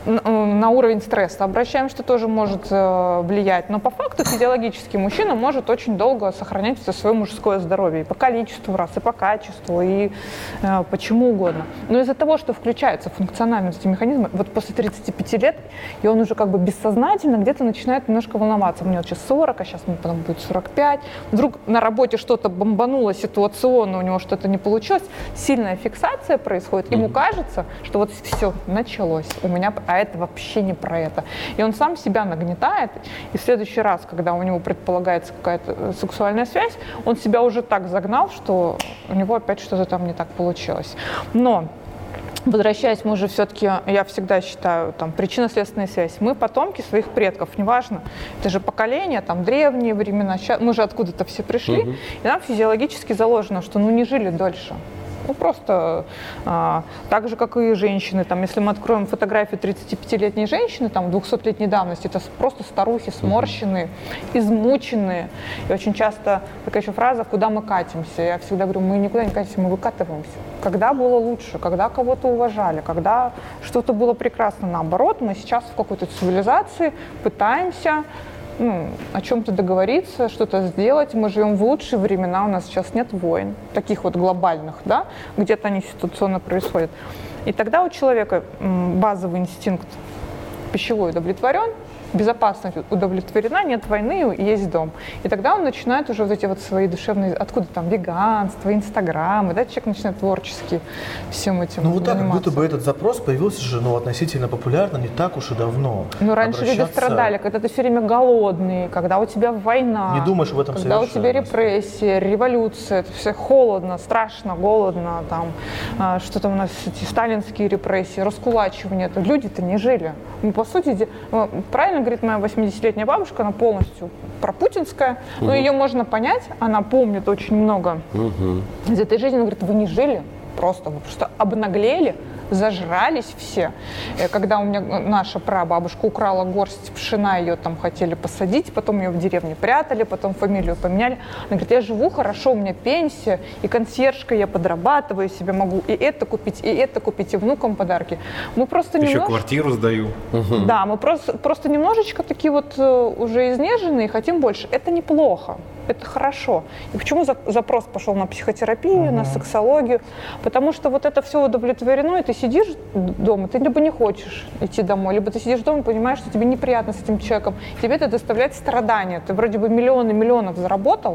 на уровень стресса обращаем, что тоже может э, влиять. Но по факту физиологически мужчина может очень долго сохранять свое мужское здоровье и по количеству раз, и по качеству, и э, почему угодно. Но из-за того, что включаются функциональные эти механизмы, вот после тридцати пяти лет, и он уже как бы бессознательно где-то начинает немножко волноваться. Мне вот сейчас сорок, а сейчас мне потом будет сорок пять. Вдруг на работе что-то бомбануло ситуационно, у него что-то не получилось, сильная фиксация происходит, ему кажется, что вот все, началось у меня, а это вообще не про это. И он сам себя нагнетает, и в следующий раз, когда у него предполагается какая-то сексуальная связь, он себя уже так загнал, что у него опять что-то там не так получилось. Но возвращаясь, мы же все-таки, я всегда считаю, там, причинно-следственная связь. Мы потомки своих предков, неважно, это же поколение, там, древние времена, мы же откуда-то все пришли, угу. И нам физиологически заложено, что ну не жили дольше. Ну, просто а, так же, как и женщины. Там, если мы откроем фотографию тридцатипятилетней женщины, там, двухсотлетней давности, это просто старухи сморщенные, измученные. И очень часто такая еще фраза «куда мы катимся?». Я всегда говорю, мы никуда не катимся, мы выкатываемся. Когда было лучше, когда кого-то уважали, когда что-то было прекрасно. Наоборот, мы сейчас в какой-то цивилизации пытаемся ну, о чем-то договориться, что-то сделать. Мы живем в лучшие времена, у нас сейчас нет войн, таких вот глобальных, да, где-то они ситуационно происходят. И тогда у человека базовый инстинкт пищевой удовлетворен, безопасность удовлетворена, нет войны, есть дом. И тогда он начинает уже вот эти вот свои душевные, откуда там веганство, инстаграмы, да, человек начинает творчески всем этим Ну вот так, как заниматься. будто бы этот запрос появился же, ну, относительно популярно не так уж и давно. Ну, раньше люди страдали, когда ты все время голодный, когда у тебя война. Не думаешь об этом когда совершенно. у тебя репрессия, революция, это все холодно, страшно, голодно, там, что там у нас эти сталинские репрессии, раскулачивание. Это люди-то не жили. Ну, по сути, правильно говорит моя восьмидесятилетняя бабушка, она полностью пропутинская, угу. Но ее можно понять, она помнит очень много угу. из этой жизни. Она говорит, вы не жили, просто вы просто обнаглели, зажрались все. Когда у меня наша прабабушка украла горсть пшена, ее там хотели посадить, потом ее в деревне прятали, потом фамилию поменяли. Она говорит, я живу хорошо, у меня пенсия, и консьержка, я подрабатываю себе, могу и это купить, и это купить, и внукам подарки. Мы просто Еще немножко... квартиру сдаю. Да, мы просто, просто немножечко такие вот уже изнеженные, хотим больше. Это неплохо. Это хорошо. И почему запрос пошел на психотерапию, uh-huh. на сексологию? Потому что вот это все удовлетворено, и ты сидишь дома, ты либо не хочешь идти домой, либо ты сидишь дома и понимаешь, что тебе неприятно с этим человеком, тебе это доставляет страдания. Ты вроде бы миллионы миллионов заработал,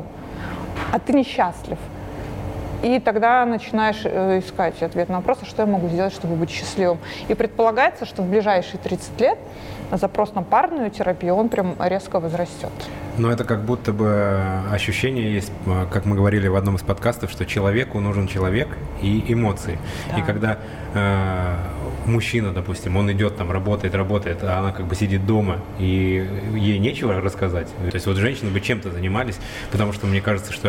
а ты несчастлив. И тогда начинаешь искать ответ на вопрос, что я могу сделать, чтобы быть счастливым. И предполагается, что в ближайшие тридцать лет запрос на парную терапию, он прям резко возрастет. Но это как будто бы ощущение есть, как мы говорили в одном из подкастов, что человеку нужен человек и эмоции. Да. И когда э, мужчина, допустим, он идет там, работает, работает, а она как бы сидит дома, и ей нечего рассказать. То есть вот женщины бы чем-то занимались, потому что мне кажется, что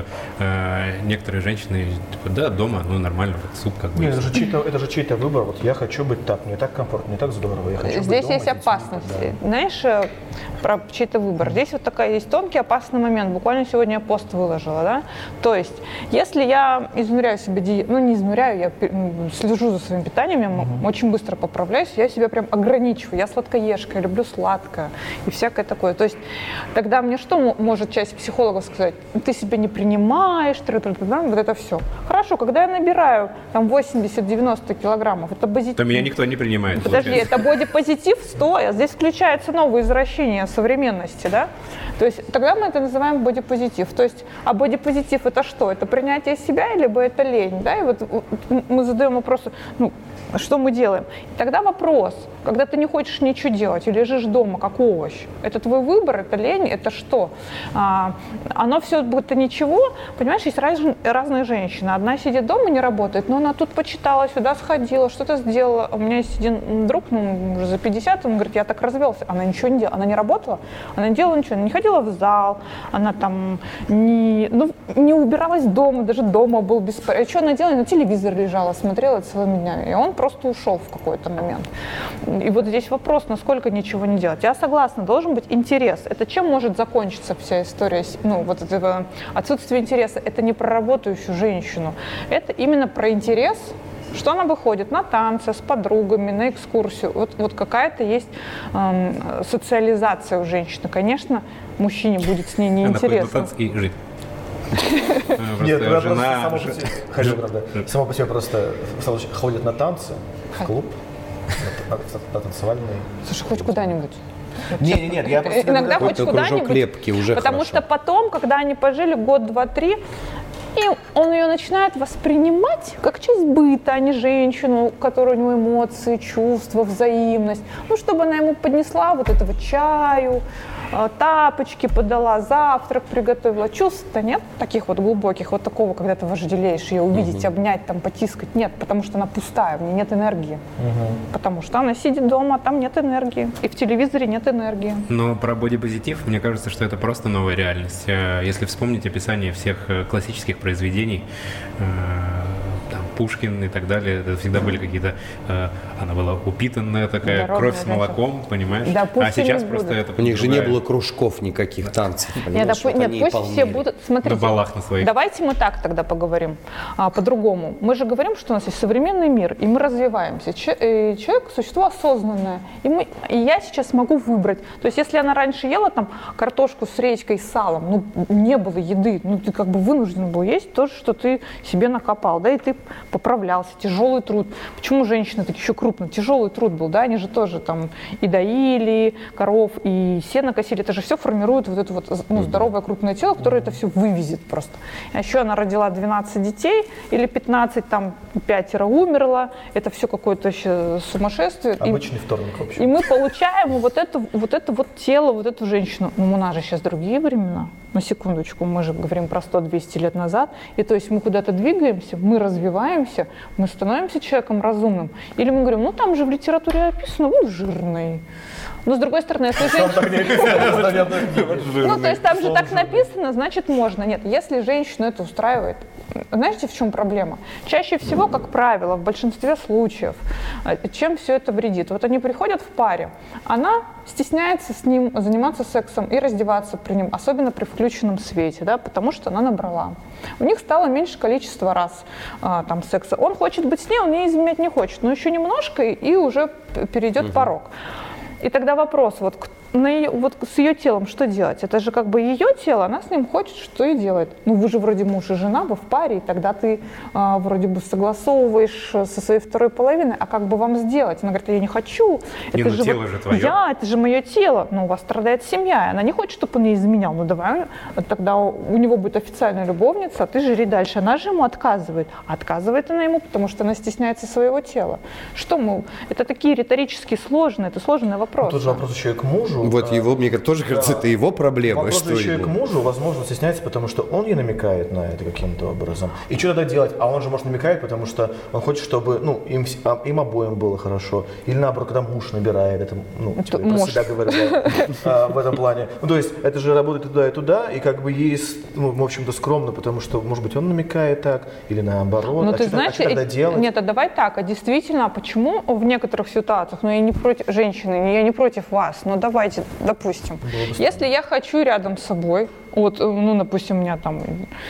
э, некоторые женщины, типа, да, дома, ну нормально, вот суп как бы. Нет, это же чей-то, это же чей-то выбор. Вот я хочу быть так, мне так комфортно, мне так здорово, я хочу Здесь быть дома, есть опасность. Знаешь, про чей-то выбор. Здесь вот такая есть тонкий, опасный момент. Буквально сегодня я пост выложила, да. То есть, если я изнуряю себе диету, ну не изнуряю, я слежу за своим питанием, я uh-huh. очень быстро поправляюсь, я себя прям ограничиваю. Я сладкоежка, я люблю сладкое и всякое такое. То есть, тогда мне что может часть психологов сказать? Ты себя не принимаешь, вот это все. Хорошо, когда я набираю там восемьдесят-девяносто килограммов, это бодипозитив. То меня никто не принимает. Подожди, получается. Это бодипозитив, стой, а здесь включается новое извращение современности, да? То есть тогда мы это называем бодипозитив. То есть, а бодипозитив это что? Это принятие себя, либо это лень, да? И вот мы задаем вопрос, ну, что мы делаем? И тогда вопрос, когда ты не хочешь ничего делать и лежишь дома, как овощ, это твой выбор, это лень, это что? А, оно все будто ничего, понимаешь, есть раз, разные женщины. Одна сидит дома, не работает, но она тут почитала, сюда сходила, что-то сделала. У меня есть один друг, ну, уже за пятьдесят, он говорит, я так развелся. Она ничего не делала, она не работала, она не делала ничего, она не ходила в зал, она там не, ну, не убиралась дома, даже дома был беспорядок. Что она делала? На телевизор лежала, смотрела целыми днями. И он просто ушел в какой-то момент. И вот здесь вопрос, насколько ничего не делать. Я согласна, должен быть интерес. Это чем может закончиться вся история? Ну, вот это отсутствие интереса. Это не про работающую женщину. Это именно про интерес что она выходит на танцы с подругами, на экскурсию. Вот, вот какая-то есть эм, социализация у женщины. Конечно, мужчине будет с ней неинтересно. Она ходит на танцы и жить. Нет, я просто само по себе, хочу, правда, само по себе просто ходят на танцы, в клуб, на танцевальный. Слушай, хоть куда-нибудь. Нет, нет, нет, я просто... Иногда хоть куда-нибудь, уже потому хорошо. что потом, когда они пожили год, два, три, и он ее начинает воспринимать как часть быта, а не женщину, у которой у него эмоции, чувства, взаимность. Ну, чтобы она ему поднесла вот этого чаю, тапочки подала, завтрак приготовила. Чувств-то нет таких вот глубоких, вот такого, когда ты вожделеешь ее увидеть, угу. обнять, там, потискать. Нет, потому что она пустая, в ней нет энергии. Угу. Потому что она сидит дома, а там нет энергии. И в телевизоре нет энергии. Но про бодипозитив, мне кажется, что это просто новая реальность. Если вспомнить описание всех классических произведений, там, Пушкин и так далее, это всегда были какие-то... Она была упитанная такая, Дорогая, кровь с молоком, да, понимаешь? Да, а сейчас просто это... У них же не было кружков никаких, танцев. Нет, вот нет пусть полнели. Все будут... Смотрите, на балах на своих. Давайте мы так тогда поговорим, а, по-другому. Мы же говорим, что у нас есть современный мир, и мы развиваемся. Че- э, человек – существо осознанное. И, мы, и я сейчас могу выбрать. То есть если она раньше ела там картошку с редькой и салом, ну, не было еды, ну, ты как бы вынужден был есть то, что ты себе накопал, да, и ты поправлялся. Тяжелый труд. Почему женщины такие еще крупные? Тяжелый труд был, да, они же тоже там и доили коров, и сено косили. Это же все формирует вот это вот, ну, здоровое крупное тело, которое это все вывезет просто. А еще она родила двенадцать детей или пятнадцать, там пятеро умерло. Это все какое-то еще сумасшествие. Обычный и, вторник вообще. И мы получаем вот это, вот это вот тело, вот эту женщину. Ну, у нас же сейчас другие времена. На секундочку, мы же говорим про сто-двести лет назад. И то есть мы куда-то двигаемся, мы развиваемся, мы становимся человеком разумным. Или мы говорим, ну там же в литературе описано, ну жирный. Но с другой стороны, если женщина... Ну, то есть там же так написано, значит можно. Нет, если женщину это устраивает, знаете, в чем проблема? Чаще всего, как правило, в большинстве случаев, чем все это вредит? Вот они приходят в паре, она стесняется с ним заниматься сексом и раздеваться при нем, особенно при включенном свете, да, потому что она набрала. У них стало меньше количество раз а, там, секса. Он хочет быть с ней, он ей изменять не хочет, но еще немножко, и уже перейдет угу. порог. И тогда вопрос, вот, на ее, вот с ее телом что делать? Это же как бы ее тело, она с ним хочет, что и делает. Ну вы же вроде муж и жена, вы в паре, и тогда ты а, вроде бы согласовываешь со своей второй половиной, а как бы вам сделать? Она говорит, я не хочу. Не, это ну же тело вот, же твое. Я, это же мое тело. Но у вас страдает семья, и она не хочет, чтобы он ей изменял. Ну давай, тогда у него будет официальная любовница, а ты жри дальше. Она же ему отказывает. А отказывает она ему, потому что она стесняется своего тела. Что мы? Это такие риторически сложные, это сложный вопрос. Ну, тут же вопрос еще и к мужу. Вот его, мне тоже кажется, да. это его проблема. Вопрос что еще ему? и к мужу, возможно, стесняется, потому что он ей намекает на это каким-то образом. И что тогда делать? А он же, может, намекает, потому что он хочет, чтобы ну, им, им обоим было хорошо. Или наоборот, когда муж набирает, это, ну, типа, про себя говорю, да, в этом плане. Ну, то есть, это же работает и туда, и туда, и как бы ей, ну, в общем-то, скромно, потому что, может быть, он намекает так, или наоборот. Ну, а ты что, знаешь, а что тогда делать? Нет, а давай так, а действительно, а почему в некоторых ситуациях, ну, я не против женщины, я не против вас, но давайте, допустим, если я хочу рядом с собой, вот, ну, допустим, у меня там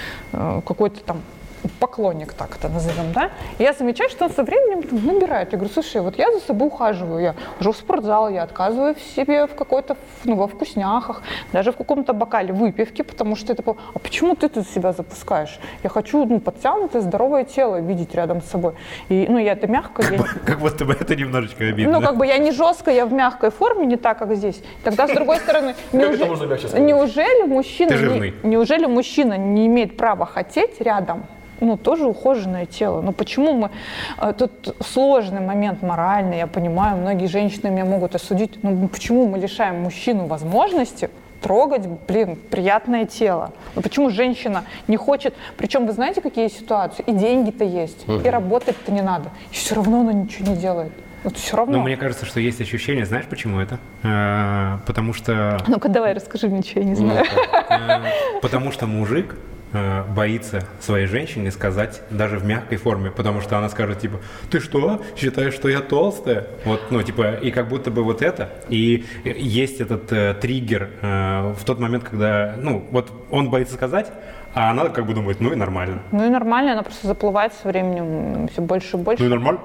какой-то там поклонник, так это назовем, да, и я замечаю, что он со временем набирает. Я говорю, слушай, вот я за собой ухаживаю, я хожу в спортзал, я отказываю в себе в какой-то, ну, во вкусняхах, даже в каком-то бокале выпивки, потому что это, а почему ты тут себя запускаешь? Я хочу, ну, подтянутое, здоровое тело видеть рядом с собой. И, ну, я это мягко... Как, я... как будто бы это немножечко обидно. Ну, как бы я не жестко, я в мягкой форме, не так, как здесь. Тогда, с другой стороны, неужели, неужели мужчина... Не, неужели мужчина не имеет права хотеть рядом? Ну, тоже ухоженное тело. Но почему мы... Тут сложный момент моральный, я понимаю, многие женщины меня могут осудить. Ну, почему мы лишаем мужчину возможности трогать, блин, приятное тело? Ну, почему женщина не хочет... Причем вы знаете, какие ситуации? И деньги-то есть, uh-huh. и работать-то не надо. И все равно она ничего не делает. Вот все равно. Но мне кажется, что есть ощущение, знаешь, почему это? А, потому что... Ну-ка, давай, расскажи мне, что я не знаю. А, потому что мужик боится своей женщине сказать даже в мягкой форме, потому что она скажет, типа, ты что, считаешь, что я толстая? Вот, ну, типа, и как будто бы вот это. И есть этот э, триггер э, в тот момент, когда, ну, вот он боится сказать, А она как бы думает, ну и нормально. Ну и нормально, она просто заплывает со временем все больше и больше. Ну и нормально.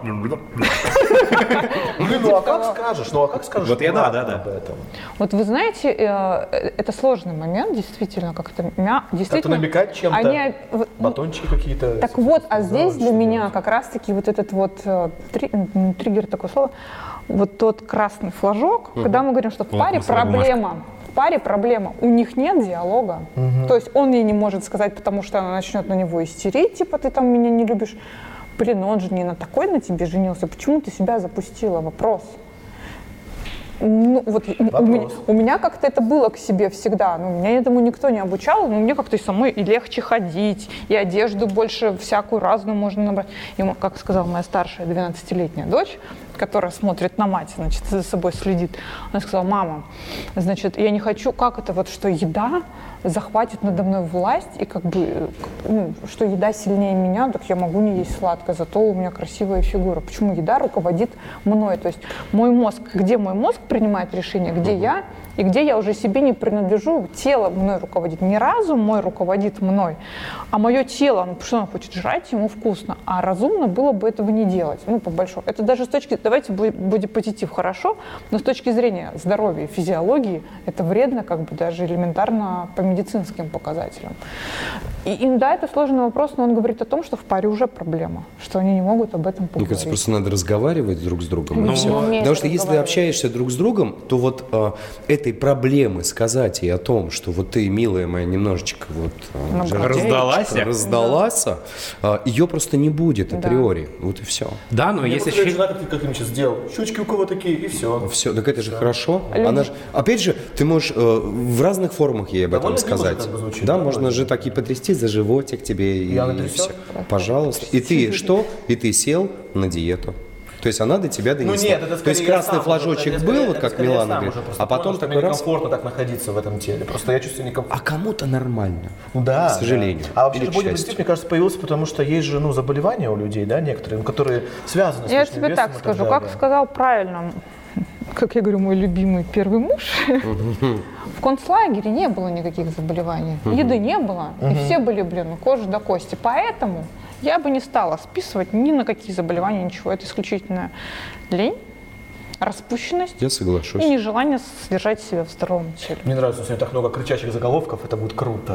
Ну а как скажешь? Ну а как скажешь? Вот я да, да, да. об этом? Вот вы знаете, э, это сложный момент, действительно, как-то мя... Как-то действительно. намекать чем-то, Они, вот, батончики какие-то. так вот, а здесь для что меня как раз-таки вот этот вот э, три, м, триггер, такое слово, вот тот красный флажок, когда мы говорим, что в паре Лакмусовая проблема, в паре проблема, у них нет диалога. То есть он ей не может сказать, потому что она начнет на него истерить, типа ты там меня не любишь. Блин, ну он же не на такой на тебе женился, почему ты себя запустила? Вопрос. Ну, вот у меня, у меня как-то это было к себе всегда. Ну, меня этому никто не обучал, но мне как-то и самой и легче ходить, и одежду больше всякую разную можно набрать. И, как сказала моя старшая двенадцатилетняя дочь, которая смотрит на мать, значит, за собой следит, она сказала: мама, значит, я не хочу, как это вот, что еда захватит надо мной власть, и как бы, ну, что еда сильнее меня, так я могу не есть сладкое, зато у меня красивая фигура. Почему еда руководит мной? То есть мой мозг, где мой мозг принимает решение, где я, и где я уже себе не принадлежу, тело мной руководит. Не разум мой руководит мной, а мое тело, ну, что оно хочет жрать, ему вкусно. А разумно было бы этого не делать, ну, по большому. Это даже с точки, давайте будем позитив, хорошо, но с точки зрения здоровья и физиологии это вредно, как бы даже элементарно по медицинским показателям. И им, да, это сложный вопрос, но он говорит о том, что в паре уже проблема, что они не могут об этом поговорить. Мне кажется, просто надо разговаривать друг с другом. Ну, и все. Потому что если общаешься друг с другом, то вот э, этой проблемы сказать ей о том, что вот ты, милая моя, немножечко вот э, раздалась, раздалась, э, ее просто не будет априори. Да. Вот и все. Да, но если ощущение... жена, как ты, как им сейчас сделал, щечки у кого такие, и все. Все, так это же хорошо. Она же, опять же, ты можешь э, в разных формах ей об этом сказать. Как бы звучит, да, да, можно же так и потрясти за животик тебе, и, и все. Пожалуйста. И ты что? И ты сел на диету. То есть она до тебя донесла. Ну нет, это То есть красный сам, флажочек это, был, это, вот как это Милана говорит, а потом такой раз... некомфортно так находиться в этом теле, просто я чувствую некомфортно. А кому-то нормально, ну, да, к сожалению. Да. А вообще бодипозитив, мне кажется, появился, потому что есть же ну, заболевания у людей, да, некоторые, которые связаны с я лишним тебе весом так и скажу, далее. как сказал правильно, как я говорю, мой любимый первый муж, в концлагере не было никаких заболеваний, еды не было, и все были, блин, кожа до кости, поэтому я бы не стала списывать ни на какие заболевания, ничего. Это исключительно лень, распущенность Я соглашусь. и нежелание содержать себя в здоровом теле. Мне нравится, сегодня так много кричащих заголовков, это будет круто.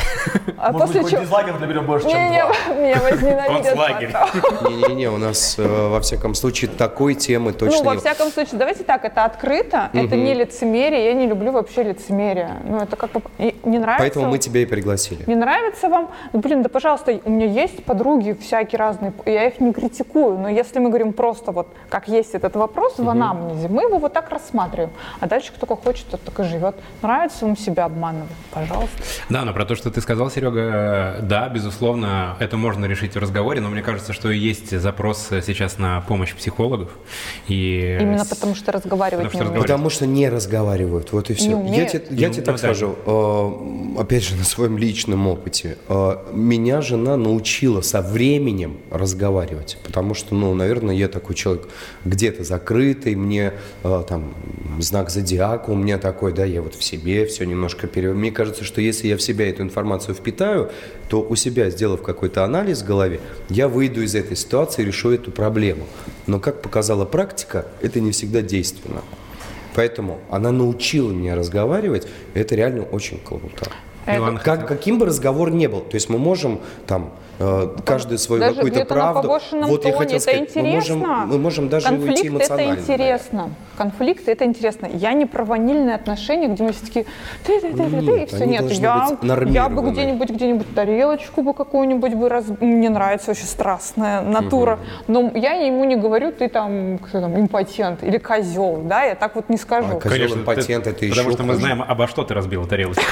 А Может после быть, чего... хоть дизлайков наберем больше, чем Не-не, два. меня возненавидят. Концлагерь. Не-не-не, у нас, э, во всяком случае, такой темы точно Ну, во нет. всяком случае, давайте так, это открыто, это не лицемерие, я не люблю вообще лицемерие. Ну, это как бы... и не нравится... Поэтому мы тебя и пригласили. Не нравится вам? Ну, блин, да пожалуйста, у меня есть подруги всякие разные, я их не критикую, но если мы говорим просто вот, как есть этот вопрос в анамнезе, мы его вот так рассматриваем, а дальше кто как хочет, тот так и живет. Нравится вам себя обманывать? Пожалуйста. Да, но про то, что ты сказал, Серега, да, безусловно, это можно решить в разговоре, но мне кажется, что есть запрос сейчас на помощь психологов. И... Именно потому что разговаривать потому не что умеют. Потому что не разговаривают, вот и все. Не Я умеют. тебе, я Ну, тебе так ну, скажу, э, опять же, на своем личном опыте. Э, меня жена научила со временем разговаривать, потому что, ну, наверное, я такой человек где-то закрытый, мне э, там знак зодиака у меня такой, да, я вот в себе все немножко перевел. Мне кажется, что если я в себя эту информацию впитаю, то у себя, сделав какой-то анализ в голове, я выйду из этой ситуации и решу эту проблему. Но, как показала практика, это не всегда действенно. Поэтому она научила меня разговаривать, и это реально очень круто. Это... Как, каким бы разговор ни был, то есть мы можем там э, каждую свою даже какую-то правду. Вот я хотел сказать, это мы можем, мы можем даже конфликт уйти эмоционально. Это интересно. Конфликт это интересно. Я не про ванильные отношения, где мы все такие ты, ты, ты, ты, ты, и все нет. Я, я бы где-нибудь, где-нибудь тарелочку бы какую-нибудь бы раз... Мне нравится очень страстная натура, но я ему не говорю, ты там, кто там импотент или козел, да, я так вот не скажу. А, козел, импотент, это еще Потому что мы хуже. знаем, обо что ты разбила тарелочку.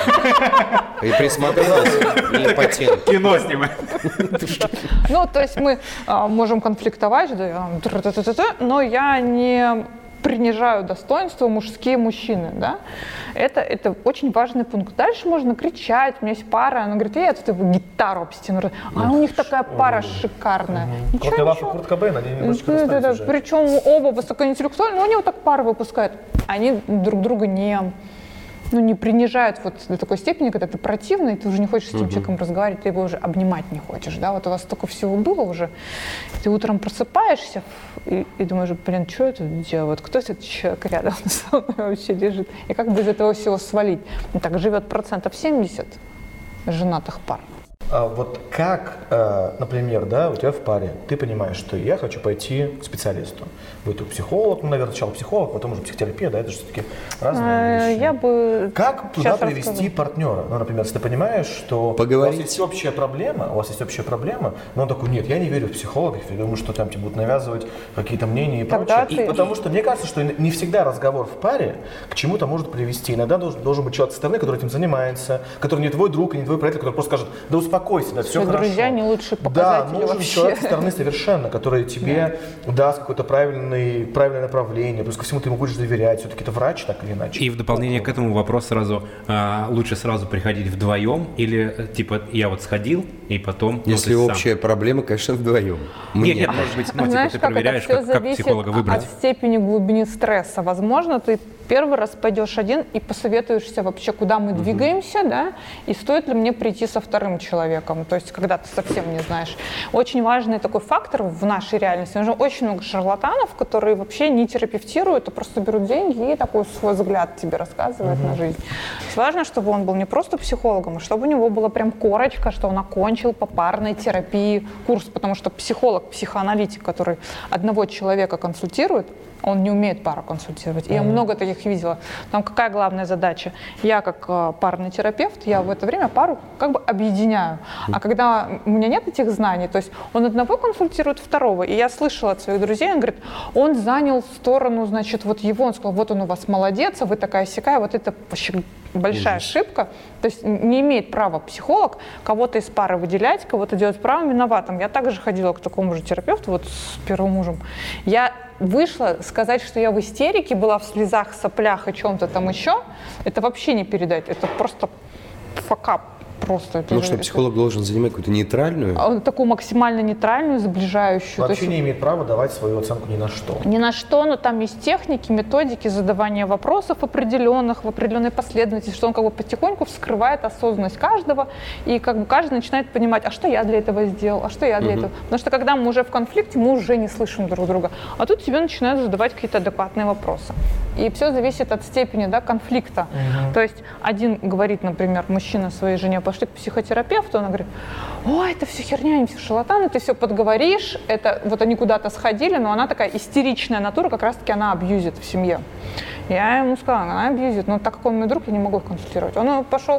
И присмотрелась, не импотент. Кино снимай. Ну, то есть мы а, можем конфликтовать, да, я, но я не принижаю достоинство мужские мужчины, да, это, это очень важный пункт. Дальше можно кричать, у меня есть пара, она говорит, я тут его гитару об стену, а у них такая пара шикарная. Курт Лаваф и Курт Кобейн, они немножечко да, да, да. уже. Причем оба высокоинтеллектуальные, но они вот так пары выпускают, они друг друга не... ну, не принижают вот до такой степени, когда ты противный, ты уже не хочешь с этим uh-huh. человеком разговаривать, ты его уже обнимать не хочешь, да, вот у вас столько всего было уже, ты утром просыпаешься и, и думаешь, блин, что это делать, вот кто этот человек рядом со мной вообще лежит, и как бы из этого всего свалить. И так живет процентов семьдесят женатых пар. А вот как, э, например, да, у тебя в паре, ты понимаешь, что я хочу пойти к специалисту. Будет психолог, ну, наверное, сначала психолог, потом уже психотерапия, да, это же все-таки разные вещи. Я бы Как туда привести расскажу. партнера? Ну, например, если ты понимаешь, что Поговорить. у вас есть общая проблема, у вас есть общая проблема, но он такой, нет, я не верю в психологов, я думаю, что там тебе будут навязывать какие-то мнения и Тогда прочее. ты... И потому что мне кажется, что не всегда разговор в паре к чему-то может привести. Иногда должен, должен быть человек со стороны, который этим занимается, который не твой друг и не твой приятель, который просто скажет, да успокойся, да, все хорошо. Друзья не лучшие показатели Да, нужен вообще. человек со стороны совершенно, который тебе да. даст какое-то правильный, правильное направление, плюс ко всему ты ему будешь доверять, все-таки это врач так или иначе. И в дополнение к этому вопрос сразу, а, лучше сразу приходить вдвоем или типа я вот сходил и потом... Если ну, общая сам. проблема, конечно, вдвоем. Нет, нет, может быть, ну, Знаешь, типа, ты как проверяешь, это как, как психолога выбрать. от степени глубины стресса. Возможно, ты первый раз пойдешь один и посоветуешься вообще, куда мы угу. двигаемся, да, и стоит ли мне прийти со вторым человеком, то есть когда ты совсем не знаешь. Очень важный такой фактор в нашей реальности. Уже очень много шарлатанов, которые вообще не терапевтируют, а просто берут деньги и такой свой взгляд тебе рассказывают угу. на жизнь. Важно, чтобы он был не просто психологом, а чтобы у него была прям корочка, что он окончил по парной терапии курс, потому что психолог, психоаналитик, который одного человека консультирует, он не умеет пару консультировать. И mm-hmm. я много таких видела. Там какая главная задача? Я как э, парный терапевт, я в это время пару как бы объединяю. Mm-hmm. А когда у меня нет этих знаний, то есть он одного консультирует второго, и я слышала от своих друзей, он говорит, он занял сторону, значит, вот его, он сказал, вот он у вас молодец, а вы такая сякая, вот это вообще большая mm-hmm. ошибка. То есть не имеет права психолог кого-то из пары выделять, кого-то делать правым виноватым. Я также ходила к такому же терапевту, вот с первым мужем. Я вышла, сказать, что я в истерике, была в слезах, соплях и чем-то там еще, это вообще не передать, это просто факап. Просто. Потому что психолог это... должен занимать какую-то нейтральную? Такую максимально нейтральную, сближающую. Вообще есть... не имеет права давать свою оценку ни на что. Ни на что, но там есть техники, методики задавания вопросов определенных, в определенной последовательности, что он как бы потихоньку вскрывает осознанность каждого, и как бы каждый начинает понимать, а что я для этого сделал, а что я для угу. этого. Потому что когда мы уже в конфликте, мы уже не слышим друг друга. А тут тебе начинают задавать какие-то адекватные вопросы. И все зависит от степени, да, конфликта. Угу. То есть один говорит, например, мужчина своей жене, пошли к психотерапевту, она говорит, ой, это все херня, они все шарлатаны, ты все подговоришь, это вот они куда-то сходили, но она такая истеричная натура, как раз-таки она абьюзит в семье. Я ему сказала, она абьюзит, но так как он мой друг, я не могу их консультировать. Он пошел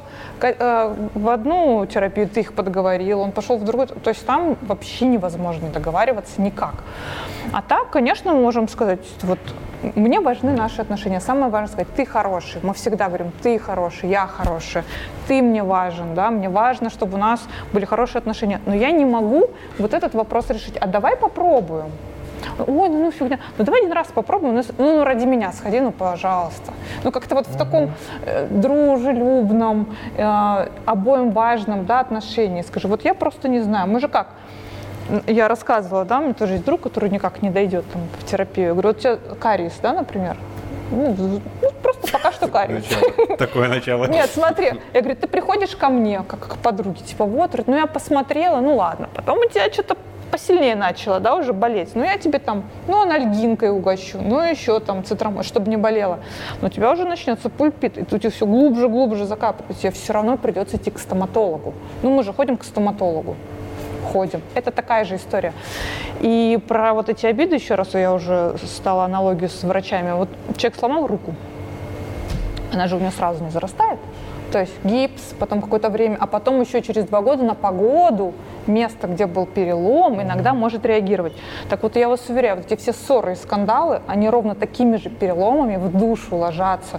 в одну терапию, ты их подговорил, он пошел в другую, то есть там вообще невозможно договариваться никак. А так, конечно, мы можем сказать, вот мне важны наши отношения. Самое важное сказать, ты хороший. Мы всегда говорим, ты хороший, я хорошая, ты мне важен, да, мне важно, чтобы у нас были хорошие отношения. Но я не могу вот этот вопрос решить. А давай попробуем. Ой, ну, ну фигня. Ну давай один раз попробуем. Ну, ну ради меня сходи, ну пожалуйста. Ну как-то вот в таком э, дружелюбном, э, обоим важном, да, отношении. Скажи, вот я просто не знаю. Мы же как? Я рассказывала, да, у меня тоже есть друг, который никак не дойдет там, в терапию. Я говорю, вот у тебя кариес, да, например? Ну, ну, просто пока что кариес. Такое начало. Нет, смотри, я говорю, ты приходишь ко мне, как к подруге, типа, вот, ну я посмотрела, ну ладно, потом у тебя что-то посильнее начало, да, уже болеть. Ну, я тебе там, ну, анальгинкой угощу, ну, еще там цитрамон, чтобы не болело. Но у тебя уже начнется пульпит, и тут тебе все глубже, глубже закапывает. Тебе все равно придется идти к стоматологу. Ну, мы же ходим к стоматологу. Ходим. Это такая же история. И про вот эти обиды, еще раз я уже стала аналогию с врачами. Вот человек сломал руку, она же у него сразу не зарастает. То есть гипс, потом какое-то время, а потом еще через два года на погоду место, где был перелом, иногда может реагировать. Так вот, я вас уверяю, вот эти все ссоры и скандалы, они ровно такими же переломами в душу ложатся.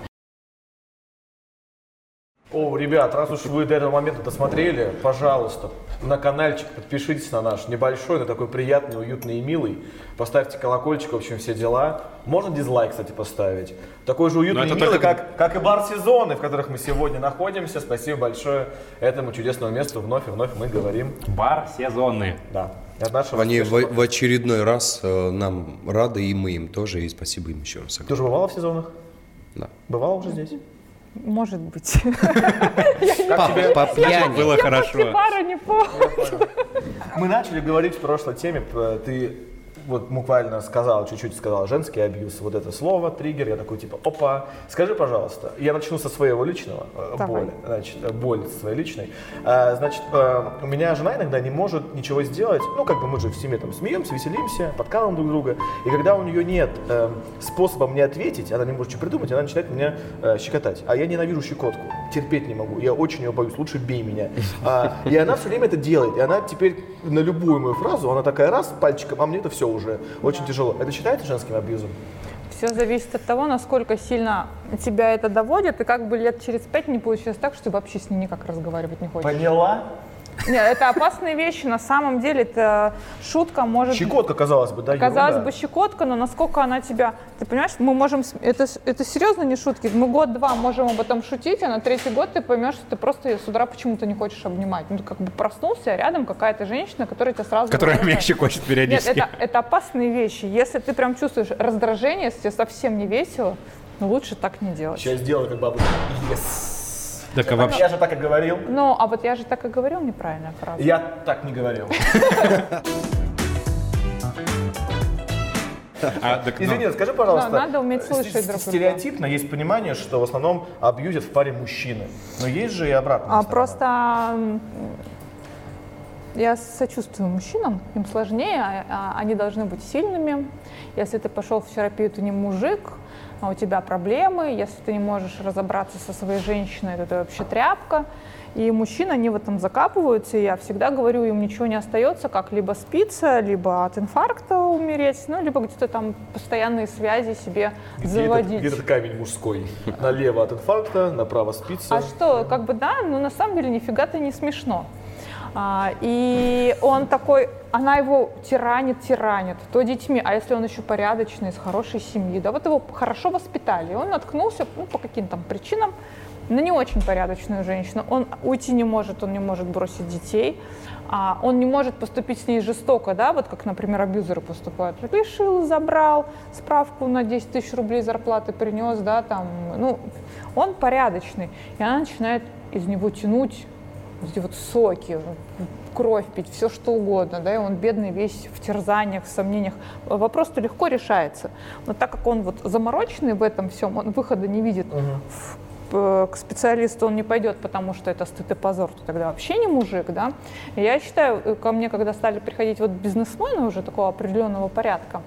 О, ребят, раз уж вы до этого момента досмотрели, пожалуйста, на каналчик подпишитесь на наш небольшой, но такой приятный, уютный и милый. Поставьте колокольчик, в общем, все дела. Можно дизлайк, кстати, поставить. Такой же уютный и милый, только... как, как и бар-сезоны, в которых мы сегодня находимся. Спасибо большое этому чудесному месту. Вновь и вновь мы говорим. Бар-сезоны. Да. От нашего Они в, в очередной раз э, нам рады, и мы им тоже, и спасибо им еще раз. Ты уже бывала в сезонах? Да. Бывала уже здесь? Может быть. По пьяни. Было Я хорошо. после бара не помню. Мы начали говорить в прошлой теме, п- ты вот буквально сказал, чуть-чуть сказал женский абьюз, вот это слово, триггер, я такой типа, опа, скажи, пожалуйста, я начну со своего личного, э, Давай. боли, значит, э, боль своей личной. А, значит, э, у меня жена иногда не может ничего сделать, ну, как бы мы же в семье там смеемся, веселимся, подкалываем друг друга, и когда у нее нет э, способа мне ответить, она не может что придумать, она начинает меня э, щекотать, а я ненавижу щекотку, терпеть не могу, я очень ее боюсь, лучше бей меня. А, и она все время это делает, и она теперь на любую мою фразу, она такая раз пальчиком, а мне это все уже очень да. тяжело. Это считается женским абьюзом? Все зависит от того, насколько сильно тебя это доводит, и как бы лет через пять не получилось так, что вообще с ней никак разговаривать не хочешь. Поняла? Нет, это опасные вещи, на самом деле это шутка может... Щекотка, казалось бы, да? Казалось ерунда. бы, щекотка, но насколько она тебя... Ты понимаешь, мы можем... Это, это серьезно не шутки. Мы год-два можем об этом шутить, а на третий год ты поймешь, что ты просто ее с утра почему-то не хочешь обнимать. Ну, ты как бы проснулся, а рядом какая-то женщина, которая тебя сразу... Которая меня щекочет периодически. Нет, это, это опасные вещи. Если ты прям чувствуешь раздражение, если тебе совсем не весело, ну лучше так не делать. Сейчас сделаю, как бабушка. Yes. Так, а вообще... Я же так и говорил. Ну, а вот я же так и говорил, неправильная фраза. Я так не говорил. А, так, ну, Извини, скажи, пожалуйста, Да, надо уметь слышать с- друг друга. стереотипно есть понимание, что в основном абьюзят в паре мужчины. Но есть же и обратная А сторона. просто м, я сочувствую мужчинам, им сложнее, а- а они должны быть сильными. Если ты пошел в терапию, ты не мужик, а у тебя проблемы. Если ты не можешь разобраться со своей женщиной, то ты вообще тряпка. И мужчины, они в этом закапываются, и я всегда говорю, им ничего не остается, как либо спиться, либо от инфаркта умереть, ну, либо где-то там постоянные связи себе Где заводить. этот, где этот камень мужской? Налево от инфаркта, направо спица. А что, как бы да, но на самом деле нифига-то не смешно. А, и он такой, она его тиранит, тиранит, то детьми, а если он еще порядочный, из хорошей семьи, да, вот его хорошо воспитали, и он наткнулся, ну, по каким-то там причинам на не очень порядочную женщину, он уйти не может, он не может бросить детей, а, он не может поступить с ней жестоко, да, вот как, например, абьюзеры поступают, лишил, забрал, справку на десять тысяч рублей зарплаты принес, да, там, ну, он порядочный, и она начинает из него тянуть эти вот соки, кровь пить, все что угодно, да, и он бедный весь в терзаниях, в сомнениях. Вопрос-то легко решается. Но так как он вот замороченный в этом всем, он выхода не видит, uh-huh. к специалисту он не пойдет, потому что это стыд и позор, то тогда вообще не мужик, да. И я считаю, ко мне, когда стали приходить вот бизнесмены уже такого определенного порядка,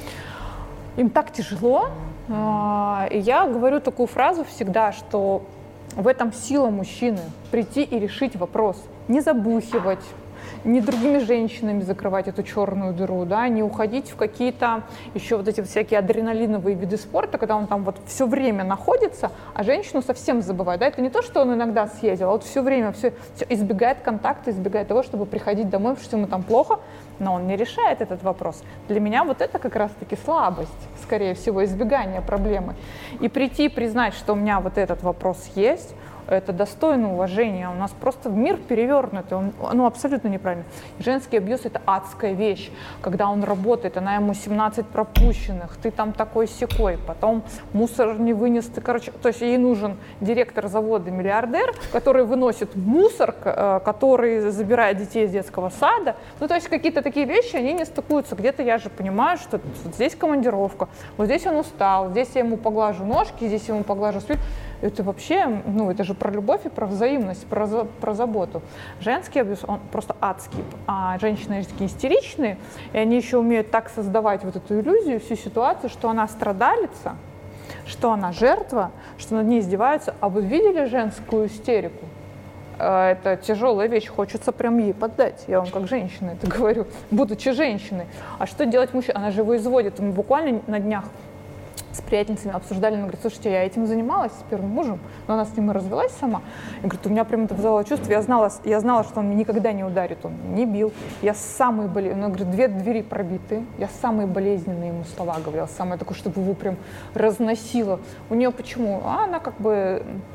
им так тяжело, и я говорю такую фразу всегда, что в этом сила мужчины прийти и решить вопрос, не забухивать, не другими женщинами закрывать эту черную дыру, да, не уходить в какие-то еще вот эти вот всякие адреналиновые виды спорта, когда он там вот все время находится, а женщину совсем забывает. Да? Это не то, что он иногда съездил, а вот все время все, все избегает контакта, избегает того, чтобы приходить домой, потому что ему там плохо, но он не решает этот вопрос. Для меня вот это как раз-таки слабость, скорее всего, избегание проблемы. И прийти и признать, что у меня вот этот вопрос есть, это достойно уважения. У нас просто мир перевернутый, он, ну, абсолютно неправильно. Женский абьюз — это адская вещь. Когда он работает, она ему семнадцать пропущенных, ты там такой-сякой, потом мусор не вынес, ты, короче, то есть ей нужен директор завода миллиардер, который выносит мусор, который забирает детей из детского сада. Ну, то есть какие-то такие вещи, они не стыкуются. Где-то я же понимаю, что вот здесь командировка, вот здесь он устал, здесь я ему поглажу ножки, здесь я ему поглажу спину. Это вообще, ну, это же про любовь и про взаимность, про, за, про заботу. Женский абьюз, он просто адский. А женщины такие истеричные, и они еще умеют так создавать вот эту иллюзию, всю ситуацию, что она страдалица, что она жертва, что над ней издеваются. А вы видели женскую истерику? Это тяжелая вещь, хочется прям ей поддать. Я вам как женщина это говорю, будучи женщиной. А что делать мужчина? Она же его изводит. Мы буквально на днях с приятельницами обсуждали, она говорит, слушайте, я этим занималась с первым мужем, но она с ним и развелась сама. Я говорю, у меня прям это вызывало чувство, я знала, я знала, что он меня никогда не ударит, он меня не бил. Я самые болезненные, она говорит, две двери пробиты, я самые болезненные ему слова говорила, самое такое, чтобы его прям разносило. У нее почему? А она как бы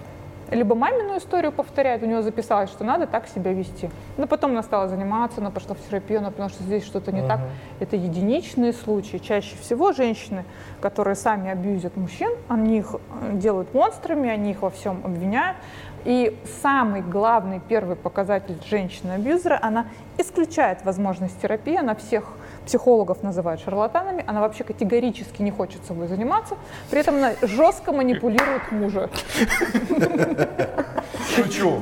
либо мамину историю повторяет, у нее записалось, что надо так себя вести. Но потом она стала заниматься, она пошла в терапию, она поняла, что здесь что-то не uh-huh. так. Это единичные случаи. Чаще всего женщины, которые сами абьюзят мужчин, они их делают монстрами, они их во всем обвиняют. И самый главный первый показатель женщины-абьюзера, она исключает возможность терапии, она всех психологов называет шарлатанами, она вообще категорически не хочет собой заниматься, при этом она жестко манипулирует мужа. Шучу.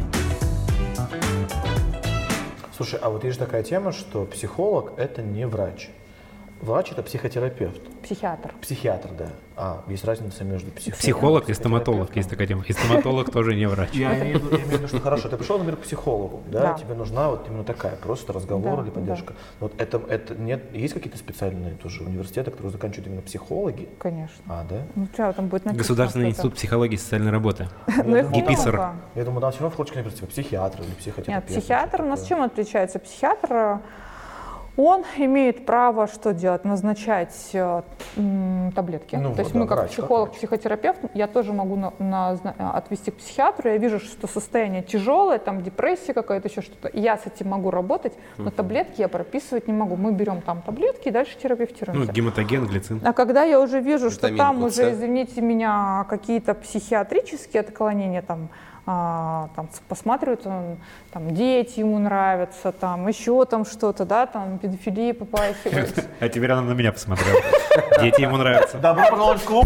Слушай, а вот есть же такая тема, что психолог – это не врач. Врач – это психотерапевт. Психиатр. Психиатр, да. А, есть разница между психологом Психолог и стоматолог, есть такая тема. И стоматолог тоже не врач. Я имею в виду, что хорошо, ты пришел, например, к психологу, да, Да. тебе нужна вот именно такая, просто разговор Да, или поддержка. Вот это, это нет, есть какие-то специальные тоже университеты, которые заканчивают именно психологи? Конечно. А, да? Ну что, там будет написано Государственный что-то. институт психологии и социальной работы. Ну, их Гиписар. много. Я думаю, там все равно в хочешь, например, типа психиатр или психотерапевт. Нет, психиатр у нас что-то чем отличается? Психиатр, он имеет право что делать? Назначать э, м, таблетки. Ну, То есть да, мы как врач, психолог, как врач. психотерапевт, я тоже могу на, на- отвести к психиатру, я вижу, что состояние тяжелое, там депрессия какая-то, еще что-то. И я с этим могу работать, но таблетки я прописывать не могу. Мы берем там таблетки и дальше Ну, терапевтируемся. гематоген, глицин. А когда я уже вижу, что Витамин там Q, уже, С. извините меня, какие-то психиатрические отклонения, там, а, там с- посматривают, он, там дети ему нравятся, там еще там что-то, да, там педофилия попахивает. А теперь она на меня посмотрела. Дети ему нравятся. Добро пожаловать в клуб!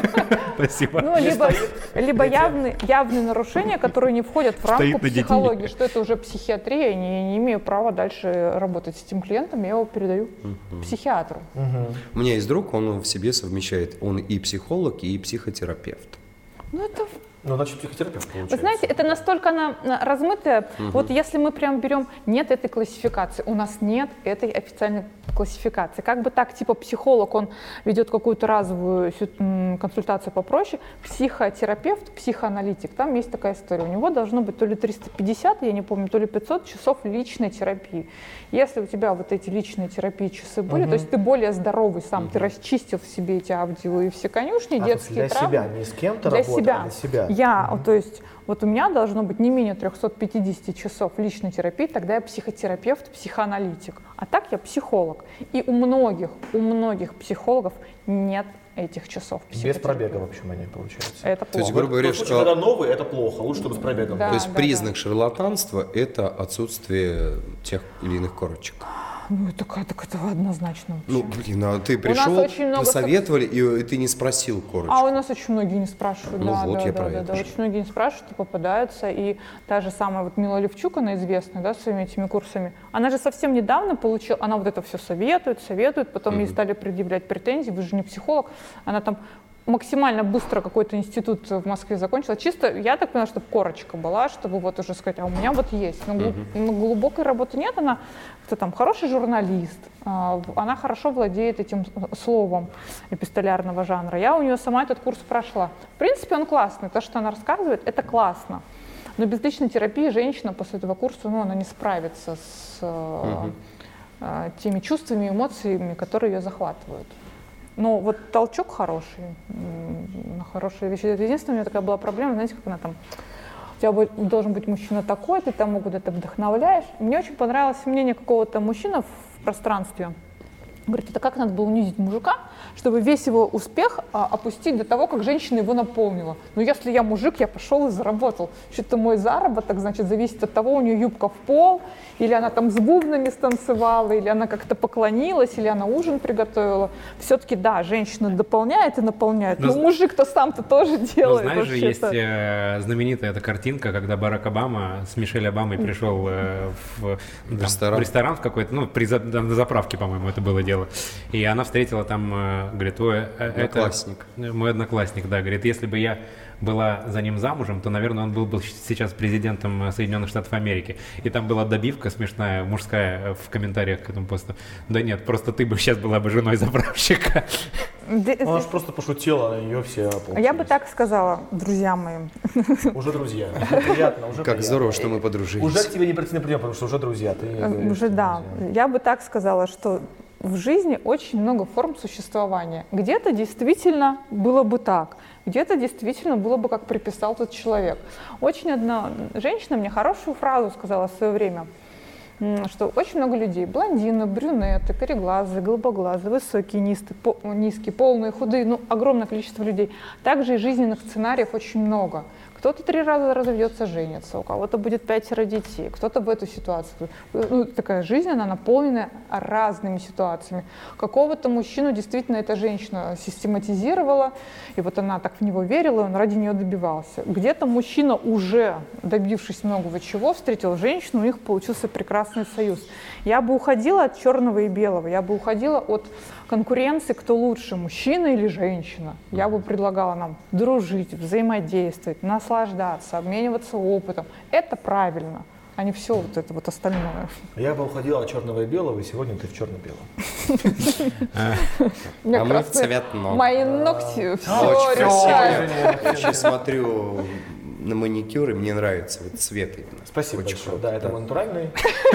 Спасибо. Ну, либо, либо явные, явные нарушения, которые не входят в рамку Стоит на детей. психологии, что это уже психиатрия, я не, не имею права дальше работать с этим клиентом, я его передаю психиатру. У меня есть друг, он в себе совмещает, он и психолог, и психотерапевт. Ну, это Ну, значит, психотерапевт получается. Вы знаете, это настолько она а, размытая. Вот если мы прям берем, нет этой классификации, у нас нет этой официальной классификации. Как бы так, типа психолог, он ведет какую-то разовую сю- м, консультацию попроще, психотерапевт, психоаналитик, там есть такая история. У него должно быть то ли триста пятьдесят, я не помню, то ли пятьсот часов личной терапии. Если у тебя вот эти личные терапии часы были, то есть ты более здоровый сам, ты расчистил в себе эти аудио и все конюшни, А, то есть детские для травмы. себя, не с кем-то Для работать, себя. а для себя. Я, вот, то есть, вот у меня должно быть не менее триста пятьдесят часов личной терапии, тогда я психотерапевт, психоаналитик. А так я психолог. И у многих, у многих психологов нет этих часов. Без психотерапии. пробега, в общем, они получается. Это То есть, плохо. грубо говоря, В том случае, что- когда новый, это плохо, лучше, чтобы с пробегом. Да. То есть да, признак шарлатанства – это отсутствие тех или иных корочек. Ну, так, так это однозначно вообще. Ну, блин, а ты нас пришел, очень много посоветовали, и, и ты не спросил корочку. А у нас очень многие не спрашивают, Ну да, вот, да, я да, про да, это да, же. очень многие не спрашивают и попадаются. И та же самая вот Мила Левчук, она известная, да, своими этими курсами, она же совсем недавно получила, она вот это все советует, советует, потом ей стали предъявлять претензии, вы же не психолог, она там максимально быстро какой-то институт в Москве закончила. Чисто, я так поняла, чтобы корочка была, чтобы вот уже сказать, а у меня вот есть. Но глуб- но глубокой работы нет, она кто там, хороший журналист, а, в- она хорошо владеет этим словом эпистолярного жанра. Я у нее сама этот курс прошла. В принципе, он классный, то, что она рассказывает, это классно. Но без личной терапии женщина после этого курса, ну, она не справится с э, э, теми чувствами и эмоциями, которые ее захватывают. Но вот толчок хороший, м, на хорошие вещи. Это единственная у меня такая была проблема, знаете, как она там, у тебя будет- должен быть мужчина такой, ты там куда-то вдохновляешь. Мне очень понравилось мнение какого-то мужчины в пространстве. Говорит, это как надо было унизить мужика, чтобы весь его успех а, опустить до того, как женщина его наполнила. Но если я мужик, я пошел и заработал. Что-то мой заработок, значит, зависит от того, у нее юбка в пол, или она там с бубнами станцевала, или она как-то поклонилась, или она ужин приготовила. Все-таки, да, женщина дополняет и наполняет, но, Но- мужик-то сам-то тоже Ну, делает. знаешь же, есть вообще-то. э, знаменитая эта картинка, когда Барак Обама с Мишель Обамой пришел э, в, там, ресторан. в ресторан в какой-то, ну, при, за- там на заправке, по-моему, это было дело. И она встретила там, э, говорит, твой э, это- Одноклассник. мой одноклассник, да, говорит, если бы я была за ним замужем, то, наверное, он был бы сейчас президентом Соединенных Штатов Америки. И там была добивка смешная, мужская, в комментариях к этому посту. Да нет, просто ты бы сейчас была бы женой заправщика. Да, Она же просто пошутила, а ее все ополчились. Я бы так сказала, друзья мои. Уже друзья. Приятно, уже Как приятно. здорово, что мы подружились. Уже к тебе не прийти на прием, потому что уже друзья. Ты Э, говоришь, Уже что да. друзья. Я бы так сказала, что в жизни очень много форм существования. Где-то действительно было бы так, где-то действительно было бы, как приписал тот человек. Очень одна женщина мне хорошую фразу сказала в свое время, что очень много людей, блондины, брюнеты, кореглазые, голубоглазые, высокие, низкие, по, низкие, полные, худые, ну, огромное количество людей. Также и жизненных сценариев очень много. Кто-то три раза разведется, женится, у кого-то будет пятеро детей, кто-то в эту ситуацию. Ну, такая жизнь, она наполнена разными ситуациями. Какого-то мужчину действительно эта женщина систематизировала, и вот она так в него верила, и он ради нее добивался. Где-то мужчина, уже добившись многого чего, встретил женщину, у них получился прекрасный союз. Я бы уходила от черного и белого, я бы уходила от конкуренции, кто лучше, мужчина или женщина. Я бы предлагала нам дружить, взаимодействовать, наслаждаться, обмениваться опытом. Это правильно, а не все вот это вот остальное. Я бы уходила от черного и белого, и сегодня ты в черно-белом. А мы в цветном. Мои ногти все Очень решают. красиво. Я сейчас смотрю на маникюр, и мне нравится вот цвет именно. Спасибо Очень большое. круто, Да, это да. натуральный.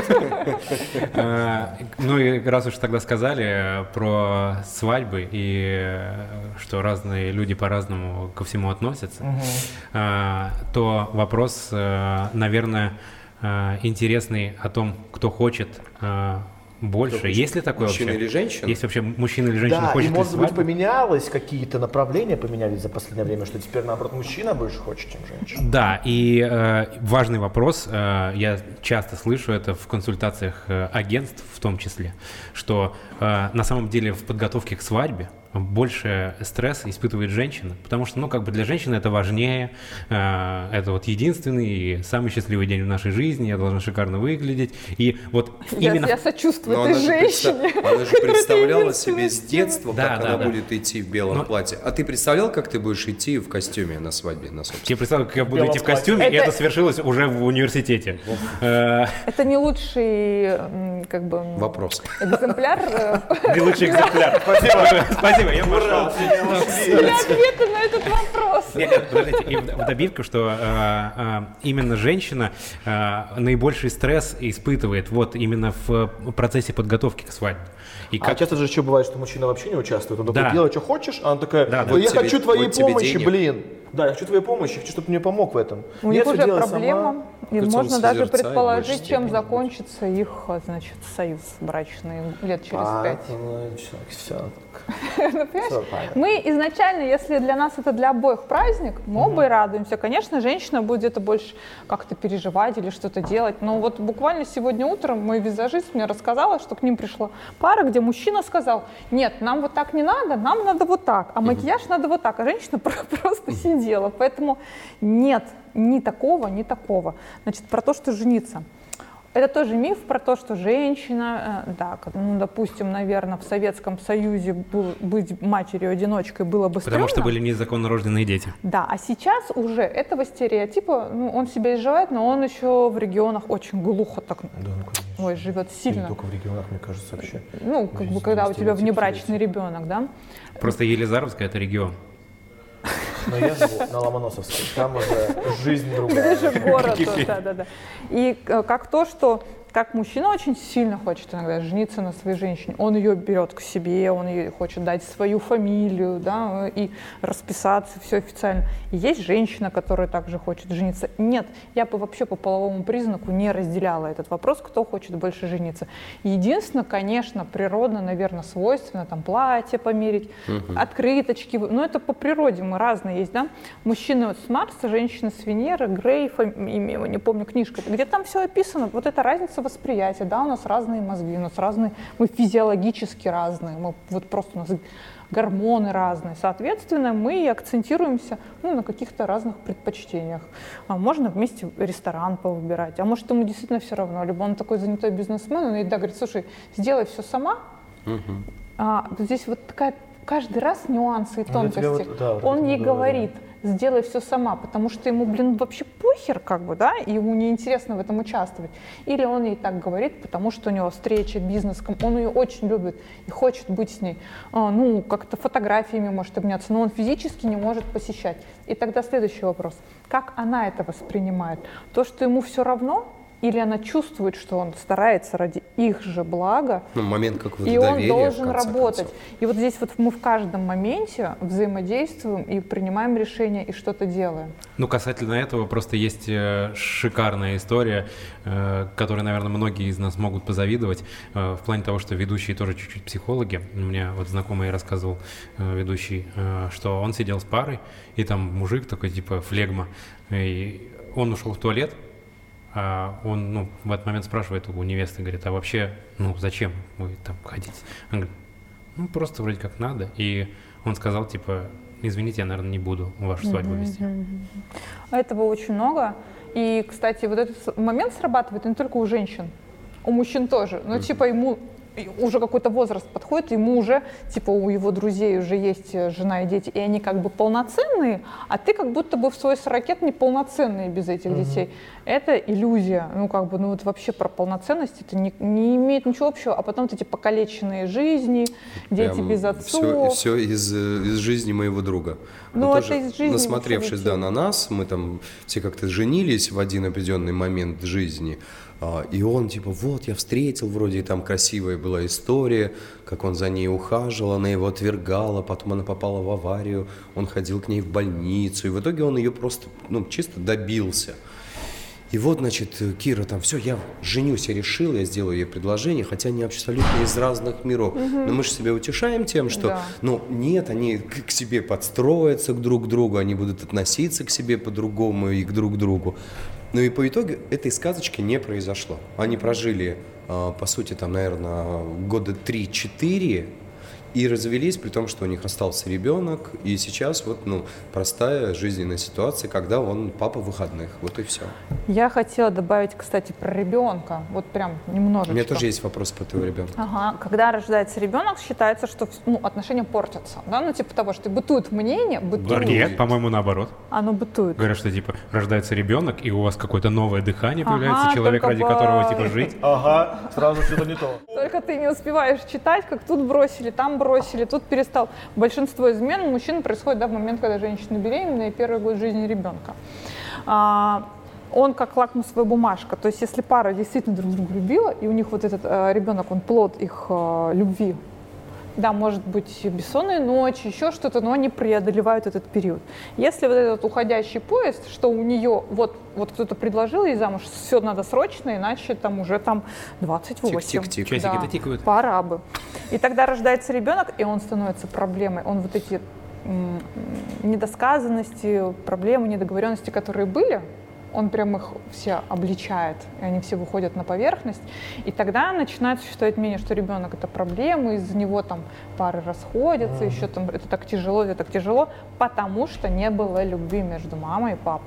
Ну и раз уж тогда сказали про свадьбы и что разные люди по-разному ко всему относятся, то вопрос, наверное, интересный о том, кто хочет больше. Кто Есть ли такое мужчина вообще? или женщина? Есть вообще мужчина или женщина Да, хочет и ли может быть свадьбу? поменялось, какие-то направления поменялись за последнее время, что теперь наоборот мужчина больше хочет, чем женщина. Да, и э, важный вопрос, э, я часто слышу это в консультациях э, агентств в том числе, что э, на самом деле в подготовке к свадьбе больше стресс испытывает женщина, потому что, ну, как бы для женщины это важнее, э, это вот единственный и самый счастливый день в нашей жизни, я должна шикарно выглядеть, и вот Я, именно... я сочувствую Но этой она же, женщине. представ- она же представляла себе с детства, Да, как да, она да. будет идти в белом Но- платье. А ты представлял, как ты будешь идти в костюме на свадьбе, на собственно? Я представляю, как я буду Белом идти в платье. костюме, и Это- это свершилось уже в университете. Э, Это не лучший, м, как бы, м, Вопрос. экземпляр э, Не лучший экземпляр. Спасибо, спасибо, я пошел. для ответа на этот вопрос. Нет, нет, подождите, и в, в добивку, что э, э, именно женщина э, наибольший стресс испытывает вот именно в процессе подготовки к свадьбе. И А как... часто же еще бывает, что мужчина вообще не участвует. Он такой, Да. делай, что хочешь, а она такая, Да, да. «Ой, я Вот тебе- хочу твоей вот тебе помощи, денег». блин. Да, я хочу твоей помощи, хочу, чтобы ты мне помог в этом. У Я них всё уже делаю проблема, сама. и Кажется, он можно даже созерцает в предположить, большей чем степени. закончится их, значит, союз брачный лет через А, пять. ну, всё, всё. Ну, понимаешь? Всё, понятно. Мы изначально, если для нас это для обоих праздник, мы оба и радуемся. Конечно, женщина будет где-то больше как-то переживать или что-то делать. Но вот буквально сегодня утром мой визажист мне рассказала, что к ним пришла пара, где мужчина сказал, нет, нам вот так не надо, нам надо вот так, а макияж надо вот так. А женщина про- просто сидела. Поэтому нет, ни такого, ни такого. Значит, про то, что жениться. Это тоже миф про то, что женщина, э, да, как, ну, допустим, наверное, в Советском Союзе был- быть матерью-одиночкой было бы Потому что стрёмно. были незаконно рожденные дети. Да, а сейчас уже этого стереотипа, ну, он себя изживает, но он еще в регионах очень глухо так, Да, ну, конечно. ой, живет И сильно. не только в регионах, мне кажется, вообще. Ну, как бы, Везде когда у тебя стереотип, внебрачный ребенок, да? Просто Елизаровская — это регион. Но я живу на Ломоносовской, там уже жизнь другая. Ближе к городу, да-да-да. И э, как то, что как мужчина очень сильно хочет иногда жениться на своей женщине, он ее берет к себе, он ей хочет дать свою фамилию, да, и расписаться, все официально. И есть женщина, которая также хочет жениться. Нет, я бы вообще по половому признаку не разделяла этот вопрос, кто хочет больше жениться. Единственное, конечно, природно, наверное, свойственно, там, платье померить, Мгм. открыточки, но это по природе, мы разные есть, да. Мужчины вот с Марса, женщины с Венеры, Грей, фами- имя его не помню, книжка, где там все описано, вот эта разница восприятия, да, у нас разные мозги, у нас разные, мы физиологически разные, мы вот просто у нас гормоны разные, соответственно, мы и акцентируемся, ну, на каких-то разных предпочтениях. А можно вместе ресторан повыбирать, а может ему действительно все равно, либо он такой занятой бизнесмен, он иногда говорит, слушай, сделай все сама. Мгм. А, вот здесь вот такая каждый раз нюансы и Ну, я тонкости. тебе вот, да, вот Он это ей говорю. говорит, сделай все сама, потому что ему, блин, вообще похер, как бы, да, и ему неинтересно в этом участвовать. Или он ей так говорит, потому что у него встреча, бизнес, ком- он ее очень любит и хочет быть с ней. А, ну, как-то фотографиями может обняться, но он физически не может посещать. И тогда следующий вопрос. Как она это воспринимает? То, что ему все равно, или она чувствует, что он старается ради их же блага, Ну, момент какого-то и он доверия, должен в конце работать. концов. И вот здесь вот мы в каждом моменте взаимодействуем и принимаем решения, и что-то делаем. Ну, касательно этого, просто есть э, шикарная история, э, которой, наверное, многие из нас могут позавидовать, э, в плане того, что ведущие тоже чуть-чуть психологи. У меня вот знакомый рассказывал, э, ведущий, э, что он сидел с парой, и там мужик такой, типа, флегма, и он ушел в туалет, а он, ну, в этот момент спрашивает у невесты, говорит, а вообще, ну, зачем вы там ходите? Он говорит, ну, просто вроде как надо. И он сказал, типа, извините, я, наверное, не буду вашу свадьбу вести. Этого очень много. И, кстати, вот этот момент срабатывает не только у женщин, у мужчин тоже. Ну, типа, ему уже какой-то возраст подходит, ему уже, типа, у его друзей уже есть жена и дети, и они как бы полноценные, а ты как будто бы в свой сорокет не полноценный без этих mm-hmm. детей. Это иллюзия. Ну, как бы, ну, вот вообще про полноценность это не, не имеет ничего общего, а потом вот эти покалеченные жизни, дети Прям без отцов. Все, все из, из жизни моего друга. Ну, Он это тоже, из жизни насмотревшись, ничего да, на нас, мы там все как-то женились в один определенный момент жизни, а, и он типа, вот, я встретил, вроде и там красивая была история, как он за ней ухаживал, она его отвергала, потом она попала в аварию, он ходил к ней в больницу, и в итоге он ее просто, ну, чисто добился. И вот, значит, Кира там, все, я женюсь, я решил, я сделаю ей предложение, хотя они абсолютно из разных миров. Угу. Но мы же себя утешаем тем, что, да. ну, нет, они к, к себе подстроятся к друг другу, они будут относиться к себе по-другому и к друг другу. Ну и по итогу этой сказочки не произошло. Они прожили, по сути, там, наверное, года три-четыре, и развелись, при том, что у них остался ребенок, и сейчас вот, ну, простая жизненная ситуация, когда он папа выходных, вот и все. Я хотела добавить, кстати, про ребенка, вот прям немножечко. У меня тоже есть вопрос по твоему ребенку. Ага, когда рождается ребенок, считается, что, ну, отношения портятся, да, ну, типа того, что бытует мнение, бытует. Нет, по-моему, наоборот. Оно бытует. Говорят, что, типа, рождается ребенок, и у вас какое-то новое дыхание появляется, ага, человек, ради по... которого, типа, жить. Ага, сразу что-то не то. Только ты не успеваешь читать, как тут бросили, там бросили, тут перестал. Большинство измен у мужчин происходит, да, в момент, когда женщина беременна и первый год жизни ребенка. А, он как лакмусовая бумажка. То есть если пара действительно друг друга любила, и у них вот этот а, ребенок, он плод их а, любви, да, может быть, бессонные ночи, еще что-то, но они преодолевают этот период. Если вот этот уходящий поезд, что у нее вот, вот кто-то предложил ей замуж, все надо срочно, иначе там уже там двадцать восемь. Тик-тик-тик. Часики-то Да, тикают. пора бы. И тогда рождается ребенок, и он становится проблемой. Он вот эти м- недосказанности, проблемы, недоговоренности, которые были, он прям их все обличает, и они все выходят на поверхность. И тогда начинает существовать мнение, что ребенок — это проблема, из-за него там пары расходятся, mm-hmm. еще там это так тяжело, это так тяжело, потому что не было любви между мамой и папой.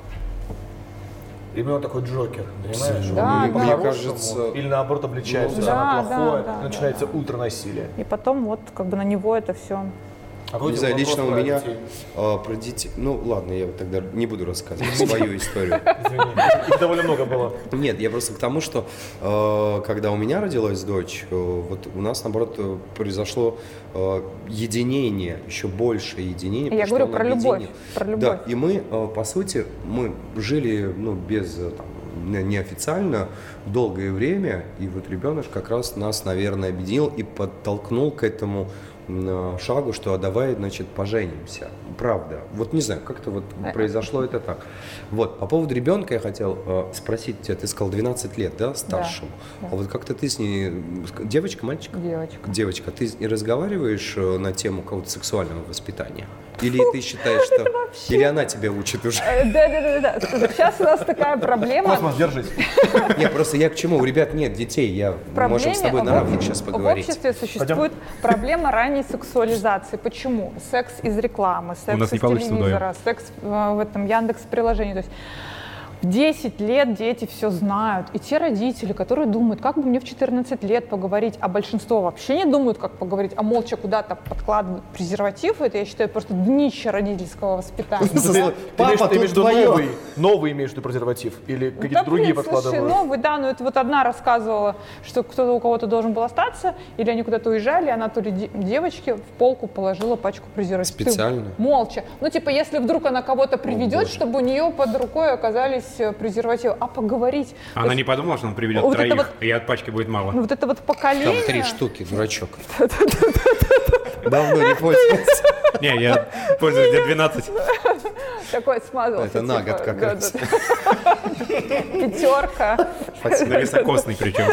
Ребенок такой Джокер, понимаешь? Да, он да. мне кажется, или наоборот обличается, ну, что да, она плохое, да, да, начинается да. ультранасилие. И потом вот как бы на него это все. А не знаю, лично у меня а, про детей. Ну ладно, я тогда не буду рассказывать свою историю. Извини, их довольно много было. Нет, я просто к тому, что э, когда у меня родилась дочь, э, вот у нас, наоборот, э, произошло э, единение, еще большее единение. Я говорю про любовь, про любовь. Да, и мы, э, по сути, мы жили, ну, без, э, там, неофициально долгое время, и вот ребенок как раз нас, наверное, объединил и подтолкнул к этому шагу, что а давай, значит, поженимся. Правда. Вот не знаю, как-то вот произошло это так. Вот, по поводу ребенка я хотел э, спросить тебя, ты сказал двенадцать лет, да, старшему? Да, да. А вот как-то ты с ней, девочка, мальчик? Девочка. Девочка, ты не разговариваешь на тему какого-то сексуального воспитания? Или Фу, ты считаешь, что... Вообще... Или она тебя учит уже? Да-да-да. Сейчас у нас такая проблема. Космос, держись. Нет, просто я к чему? У ребят нет детей, я можем с тобой на равных сейчас поговорить. В обществе существует проблема ранней сексуализации. Почему? Секс из рекламы, секс из телевизора, секс в этом Яндекс-приложении. То есть в десять лет дети все знают. И те родители, которые думают, как бы мне в четырнадцать лет поговорить, а большинство вообще не думают, как поговорить, а молча куда-то подкладывают презерватив, это, я считаю, просто днище родительского воспитания. Папа, ты имеешь в виду новый, новый имеешь в виду презерватив? Или какие-то другие подкладывают? Слушай, новый, да, но это вот одна рассказывала, что кто-то у кого-то должен был остаться, или они куда-то уезжали, она то ли девочке в полку положила пачку презервативов. Специально? Молча. Ну, типа, если вдруг она кого-то приведет, чтобы у нее под рукой оказались презервативы, а поговорить. Она не подумала, что он приведет Вот это троих, вот- и от пачки будет мало. Ну, вот это вот Там поколение. три штуки, дурачок. Давно не пользовался. Не, я пользуюсь где двенадцать. Такой смазывался. Это на год как раз. Пятерка. На високосный причем.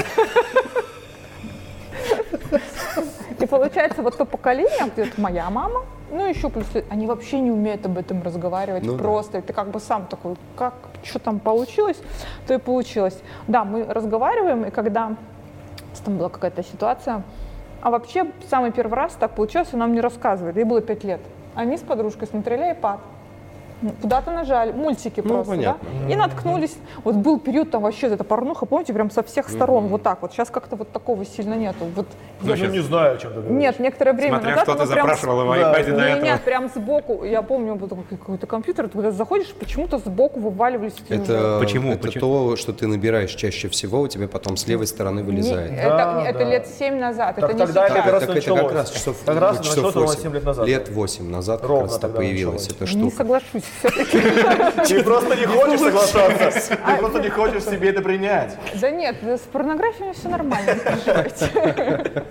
И получается, вот то поколение, где-то моя мама, ну еще плюс, они вообще не умеют об этом разговаривать, Ну да. просто. И ты как бы сам такой, как, что там получилось, то и получилось. Да, мы разговариваем, и когда там была какая-то ситуация, а вообще самый первый раз так получилось, она мне рассказывает, ей было пять лет. Они с подружкой смотрели iPad. Куда-то нажали, мультики Ну, просто, понятно. да, и наткнулись. Вот был период, там вообще эта порнуха, помните, прям со всех сторон, вот так вот. Сейчас как-то вот такого сильно нету. Вот. Ну, Я щас- не знаю, о чем ты говоришь. Нет, некоторое время Смотря назад что ты оно прям запрашивала в Да, iPad до да. Не, этого. нет, прям сбоку, я помню, был такой какой-то компьютер, ты когда заходишь, почему-то сбоку вываливались эти уже- Это, Почему? это Почему? то, что ты набираешь чаще всего, у тебя потом с левой стороны Не, вылезает. это, Да, это да. лет семь назад, Так это не тогда это сейчас. как раз так это началось. как раз часов, Как раз часов началось ровно восемь. семь лет назад. Лет восемь назад как Ровно раз это тогда появилась началось. эта Не штука. соглашусь все-таки. Ты просто не хочешь соглашаться. Ты просто не хочешь себе это принять. Да нет, с порнографией все нормально, не переживайте.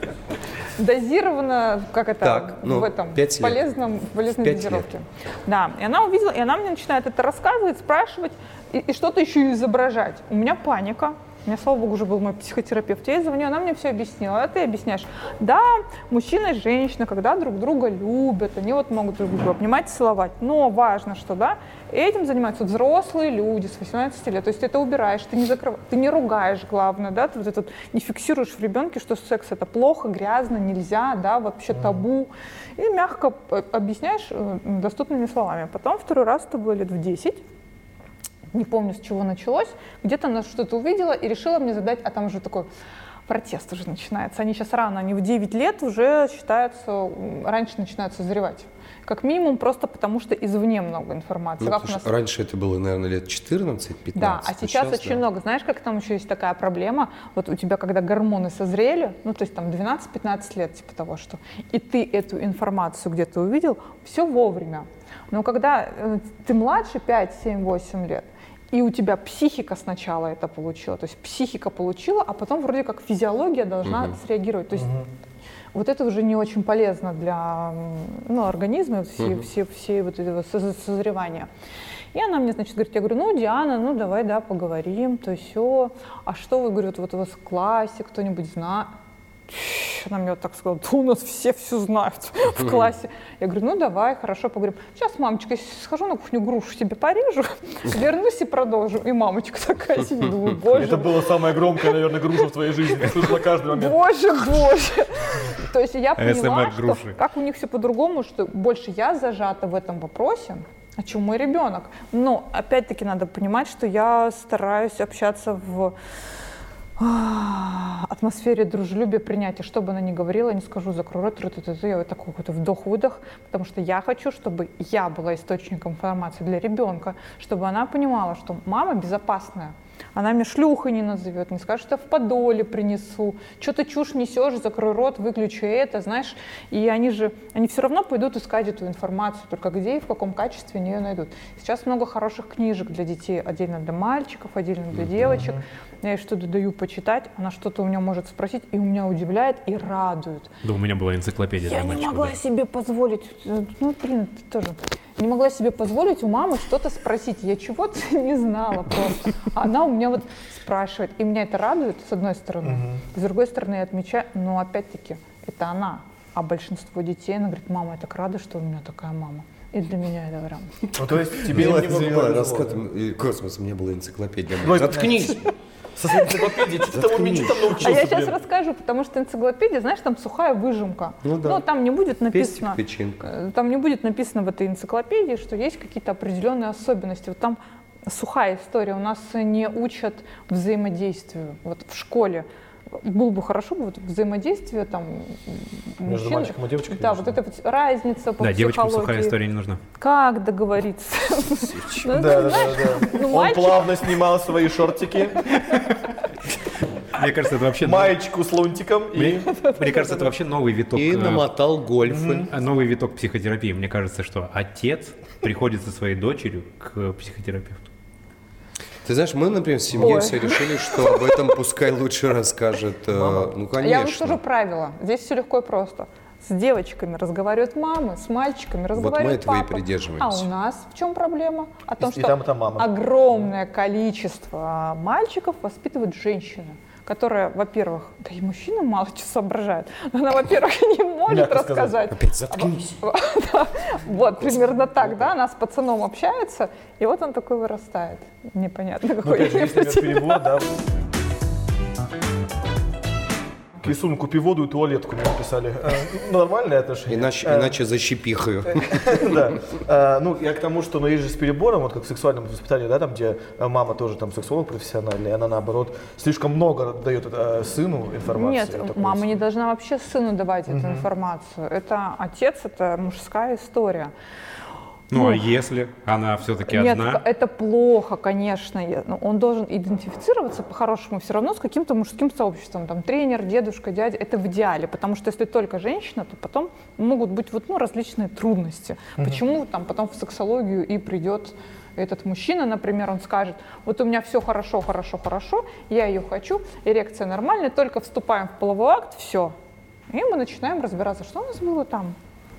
Дозировано, как это, Так, ну, в этом, пять лет. полезном, полезной Пять дозировке. Да, и она увидела, и она мне начинает это рассказывать, спрашивать, и, и что-то еще и изображать. У меня паника. У меня, слава богу, уже был мой психотерапевт. Я ей звоню, она мне все объяснила. А ты объясняешь, да, мужчина и женщина, когда друг друга любят, они вот могут друг друга обнимать, целовать. Но важно, что, да, этим занимаются взрослые люди с восемнадцати лет. То есть ты это убираешь, ты не закрываешь, ты не ругаешь, главное, да, ты вот это вот не фиксируешь в ребенке, что секс это плохо, грязно, нельзя, да, вообще табу. И мягко э, объясняешь э, доступными словами. Потом второй раз это было лет в десять. Не помню, с чего началось, где-то она что-то увидела и решила мне задать, а там уже такой протест уже начинается. Они сейчас рано, они в девять лет уже считаются, м, раньше начинают созревать. Как минимум просто потому, что извне много информации. Ну, Как потому у нас- что раньше это было, наверное, лет четырнадцать-пятнадцать. Да, а сейчас очень да. много. Знаешь, как там еще есть такая проблема? Вот у тебя, когда гормоны созрели, ну, то есть там двенадцать-пятнадцать лет, типа того, что, и ты эту информацию где-то увидел, все вовремя. Но когда э, ты младше, пять, семь, восемь лет, и у тебя психика сначала это получила, то есть психика получила, а потом вроде как физиология должна Мгм. среагировать. То есть вот это уже не очень полезно для м, ну, организма, все, Мгм. все, все вот этого соз- созревания. И она мне, значит, говорит, я говорю, ну, Диана, ну, давай, да, поговорим, то все. А что вы, говорю, вот у вас в классе кто-нибудь знает? Она мне вот так сказала, да у нас все все знают в классе. Я говорю, ну давай, хорошо, поговорим. Сейчас, мамочка, я схожу на кухню, грушу себе порежу, вернусь и продолжу. И мамочка такая сидит, думаю, боже, Это было самое громкое, наверное, груша в твоей жизни. Ты слышала каждый момент. боже, боже. То есть я поняла, АСМР что груши. как у них все по-другому, что больше я зажата в этом вопросе, а чем мой ребенок. Но опять-таки надо понимать, что я стараюсь общаться в а, атмосфере дружелюбия, принятия, что бы она ни говорила, не скажу, закрою рот, рот, рот, я вот такой какой-то вдох-выдох, потому что я хочу, чтобы я была источником информации для ребенка, чтобы она понимала, что мама безопасная. Она меня шлюхой не назовет, не скажет, что я в подоле принесу, что ты чушь несешь, закрой рот, выключи это, знаешь. И они же, они все равно пойдут искать эту информацию, только где и в каком качестве они ее найдут. Сейчас много хороших книжек для детей, отдельно для мальчиков, отдельно для девочек. Я ей что-то даю почитать, она что-то у меня может спросить, и у меня удивляет и радует. Да, у меня была энциклопедия Я для не мальчиков. могла да. себе позволить, э, ну, блин, ты тоже, не могла себе позволить у мамы что-то спросить. Я чего-то не знала просто. А она у меня вот спрашивает, и меня это радует, с одной стороны. С другой стороны, я отмечаю, но опять-таки, это она. А большинство детей, она говорит, мама, я так рада, что у меня такая мама. И для меня это прям. Ну, то есть тебе Мила, немного Мила, повезло, рассказывай. И, Космос, у меня была энциклопедия. Ой, Заткнись! Со своей энциклопедией, что ты там уме- что там научился, А я сейчас блин? расскажу, потому что энциклопедия, знаешь, там сухая выжимка. Ну да. там не будет написано. Пестик, печенька. э, Там не будет написано в этой энциклопедии, что есть какие-то определенные особенности. Вот там сухая история. У нас не учат взаимодействию. Вот в школе было бы хорошо бы вот взаимодействие там Между мужчин- мальчиком и девочкой, Да, конечно. вот эта вот разница по Да, девочкам психологии. сухая история не нужна. Как договориться? Ну, Да, да, да, знаешь, да. ну, Он мальчик- плавно снимал свои шортики, Мне кажется, это вообще... маечку с лунтиком и... Мне, мне кажется, это вообще новый виток, И э, намотал гольфы. э, новый виток психотерапии. Мне кажется, что отец приходит со своей дочерью к психотерапевту. Ты знаешь, мы, например, в семье Ой. все решили, что об этом пускай лучше расскажет. э, Ну, конечно. Я вам скажу правила. Здесь все легко и просто. С девочками разговаривают мамы, с мальчиками разговаривают этого и папы. придерживаемся. А у нас в чем проблема? О том, И- и что там, и там мама. огромное количество мальчиков воспитывают женщины, которая, во-первых, да и мужчины мало чего соображают, но она, во-первых, не может Мягко сказать. рассказать. Опять заткнись. Да, вот, примерно так, да, она с пацаном общается, и вот он такой вырастает. Непонятно, Ну, какой опять же, я есть, например, потеряла. перевод, да. Кисун, купи воду и туалетку, мне написали. Э, ну, Нормальное отношение. Иначе, Э, иначе защипихаю. Да. Э, Ну, я к тому, что, ну, есть же с перебором, вот как в сексуальном воспитании, да, там, где э, мама тоже там сексолог профессиональный, и она, наоборот, слишком много дает э, сыну информации. Нет, такой. мама не должна вообще сыну давать эту информацию. Это отец, это мужская история. Ну, а если она все-таки Нет, одна? это плохо, конечно. Я- ну, Он должен идентифицироваться по-хорошему все равно с каким-то мужским сообществом. Там тренер, дедушка, дядя. Это в идеале. Потому что если только женщина, то потом могут быть вот, ну, различные трудности. Почему там потом в сексологию и придет этот мужчина, например, он скажет, вот у меня все хорошо, хорошо, хорошо, я ее хочу, эрекция нормальная, только вступаем в половой акт, все. И мы начинаем разбираться, что у нас было там.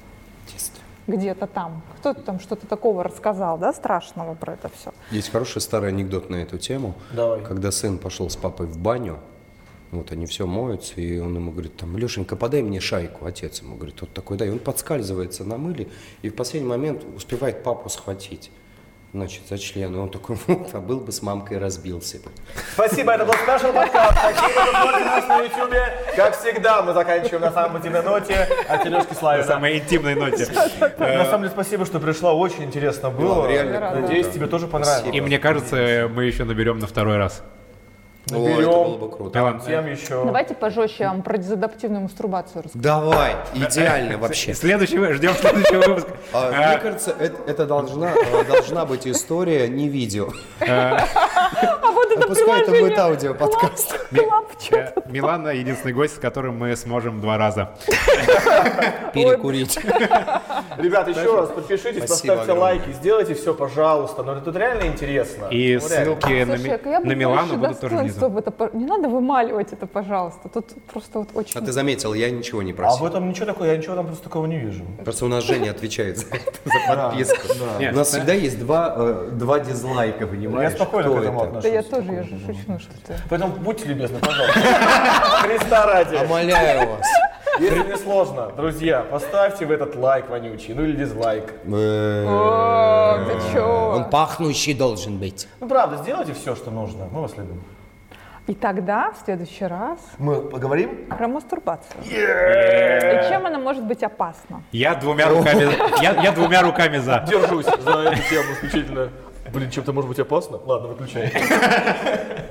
Где-то там. Кто-то там что-то такого рассказал, да, страшного про это все. Есть хороший старый анекдот на эту тему. Давай. Когда сын пошел с папой в баню, вот они все моются, и он ему говорит, там, Лешенька, подай мне шайку. Отец ему говорит, вот такой, да. И он подскальзывается на мыле, и в последний момент успевает папу схватить. Значит, за член. И он такой, вот, а был бы с мамкой, разбился бы. Спасибо, это был спешл подкаст. Такие вы смотрите нас на ютубе. Как всегда, мы заканчиваем на самой интимной ноте от Сережки На Славина. самой интимной ноте. На самом деле, спасибо, что пришла. Очень интересно было. Да, реально круто. Надеюсь, тебе тоже понравилось. И мне кажется, мы еще наберем на второй раз. О, это Наберем. было бы круто. Милан, Тем еще. Давайте пожестче, я вам про дезадаптивную мастурбацию расскажу. Давай, идеально вообще. Следующий, вы- ждем следующего выпуска. А, А, Мне кажется, это, это должна, э, должна быть история, не видео. А вот это Пускай это приложение будет аудиоподкаст. Ми- Клапчик. э, Милана единственный гость, с которым мы сможем два раза. Перекурить. Ребят, еще раз подпишитесь, Спасибо поставьте огромное. лайки, сделайте все, пожалуйста. Но это тут реально интересно. И Ну, реально. ссылки на, Слушай, Ми- я бы на Милану больше будут тоже достоинства внизу. в это по- Не надо вымаливать это, пожалуйста. Тут просто вот очень... А ты заметил, я ничего не А в просил. этом ничего такого, я ничего там просто такого не вижу. Просто у нас Женя отвечает за, это, за подписку. Нет, У нас да. всегда есть два, э, два дизлайка, понимаешь? Я спокойно Кто к этому это? отношусь. Да я тоже, я же шучу, ну что ты. Поэтому будьте любезны, пожалуйста. Христа ради. Умоляю вас. Если не сложно, друзья, поставьте в этот лайк вонючий, ну или дизлайк. Э, О, ты чё? Он пахнущий должен быть. Ну правда, сделайте все, что нужно. Мы вас любим. И тогда в следующий раз Мы поговорим? про мастурбацию. И чем она может быть опасна? Я двумя руками, я, я двумя руками за. Держусь за эту тему исключительно. Блин, чем-то может быть опасно? Ладно, выключай.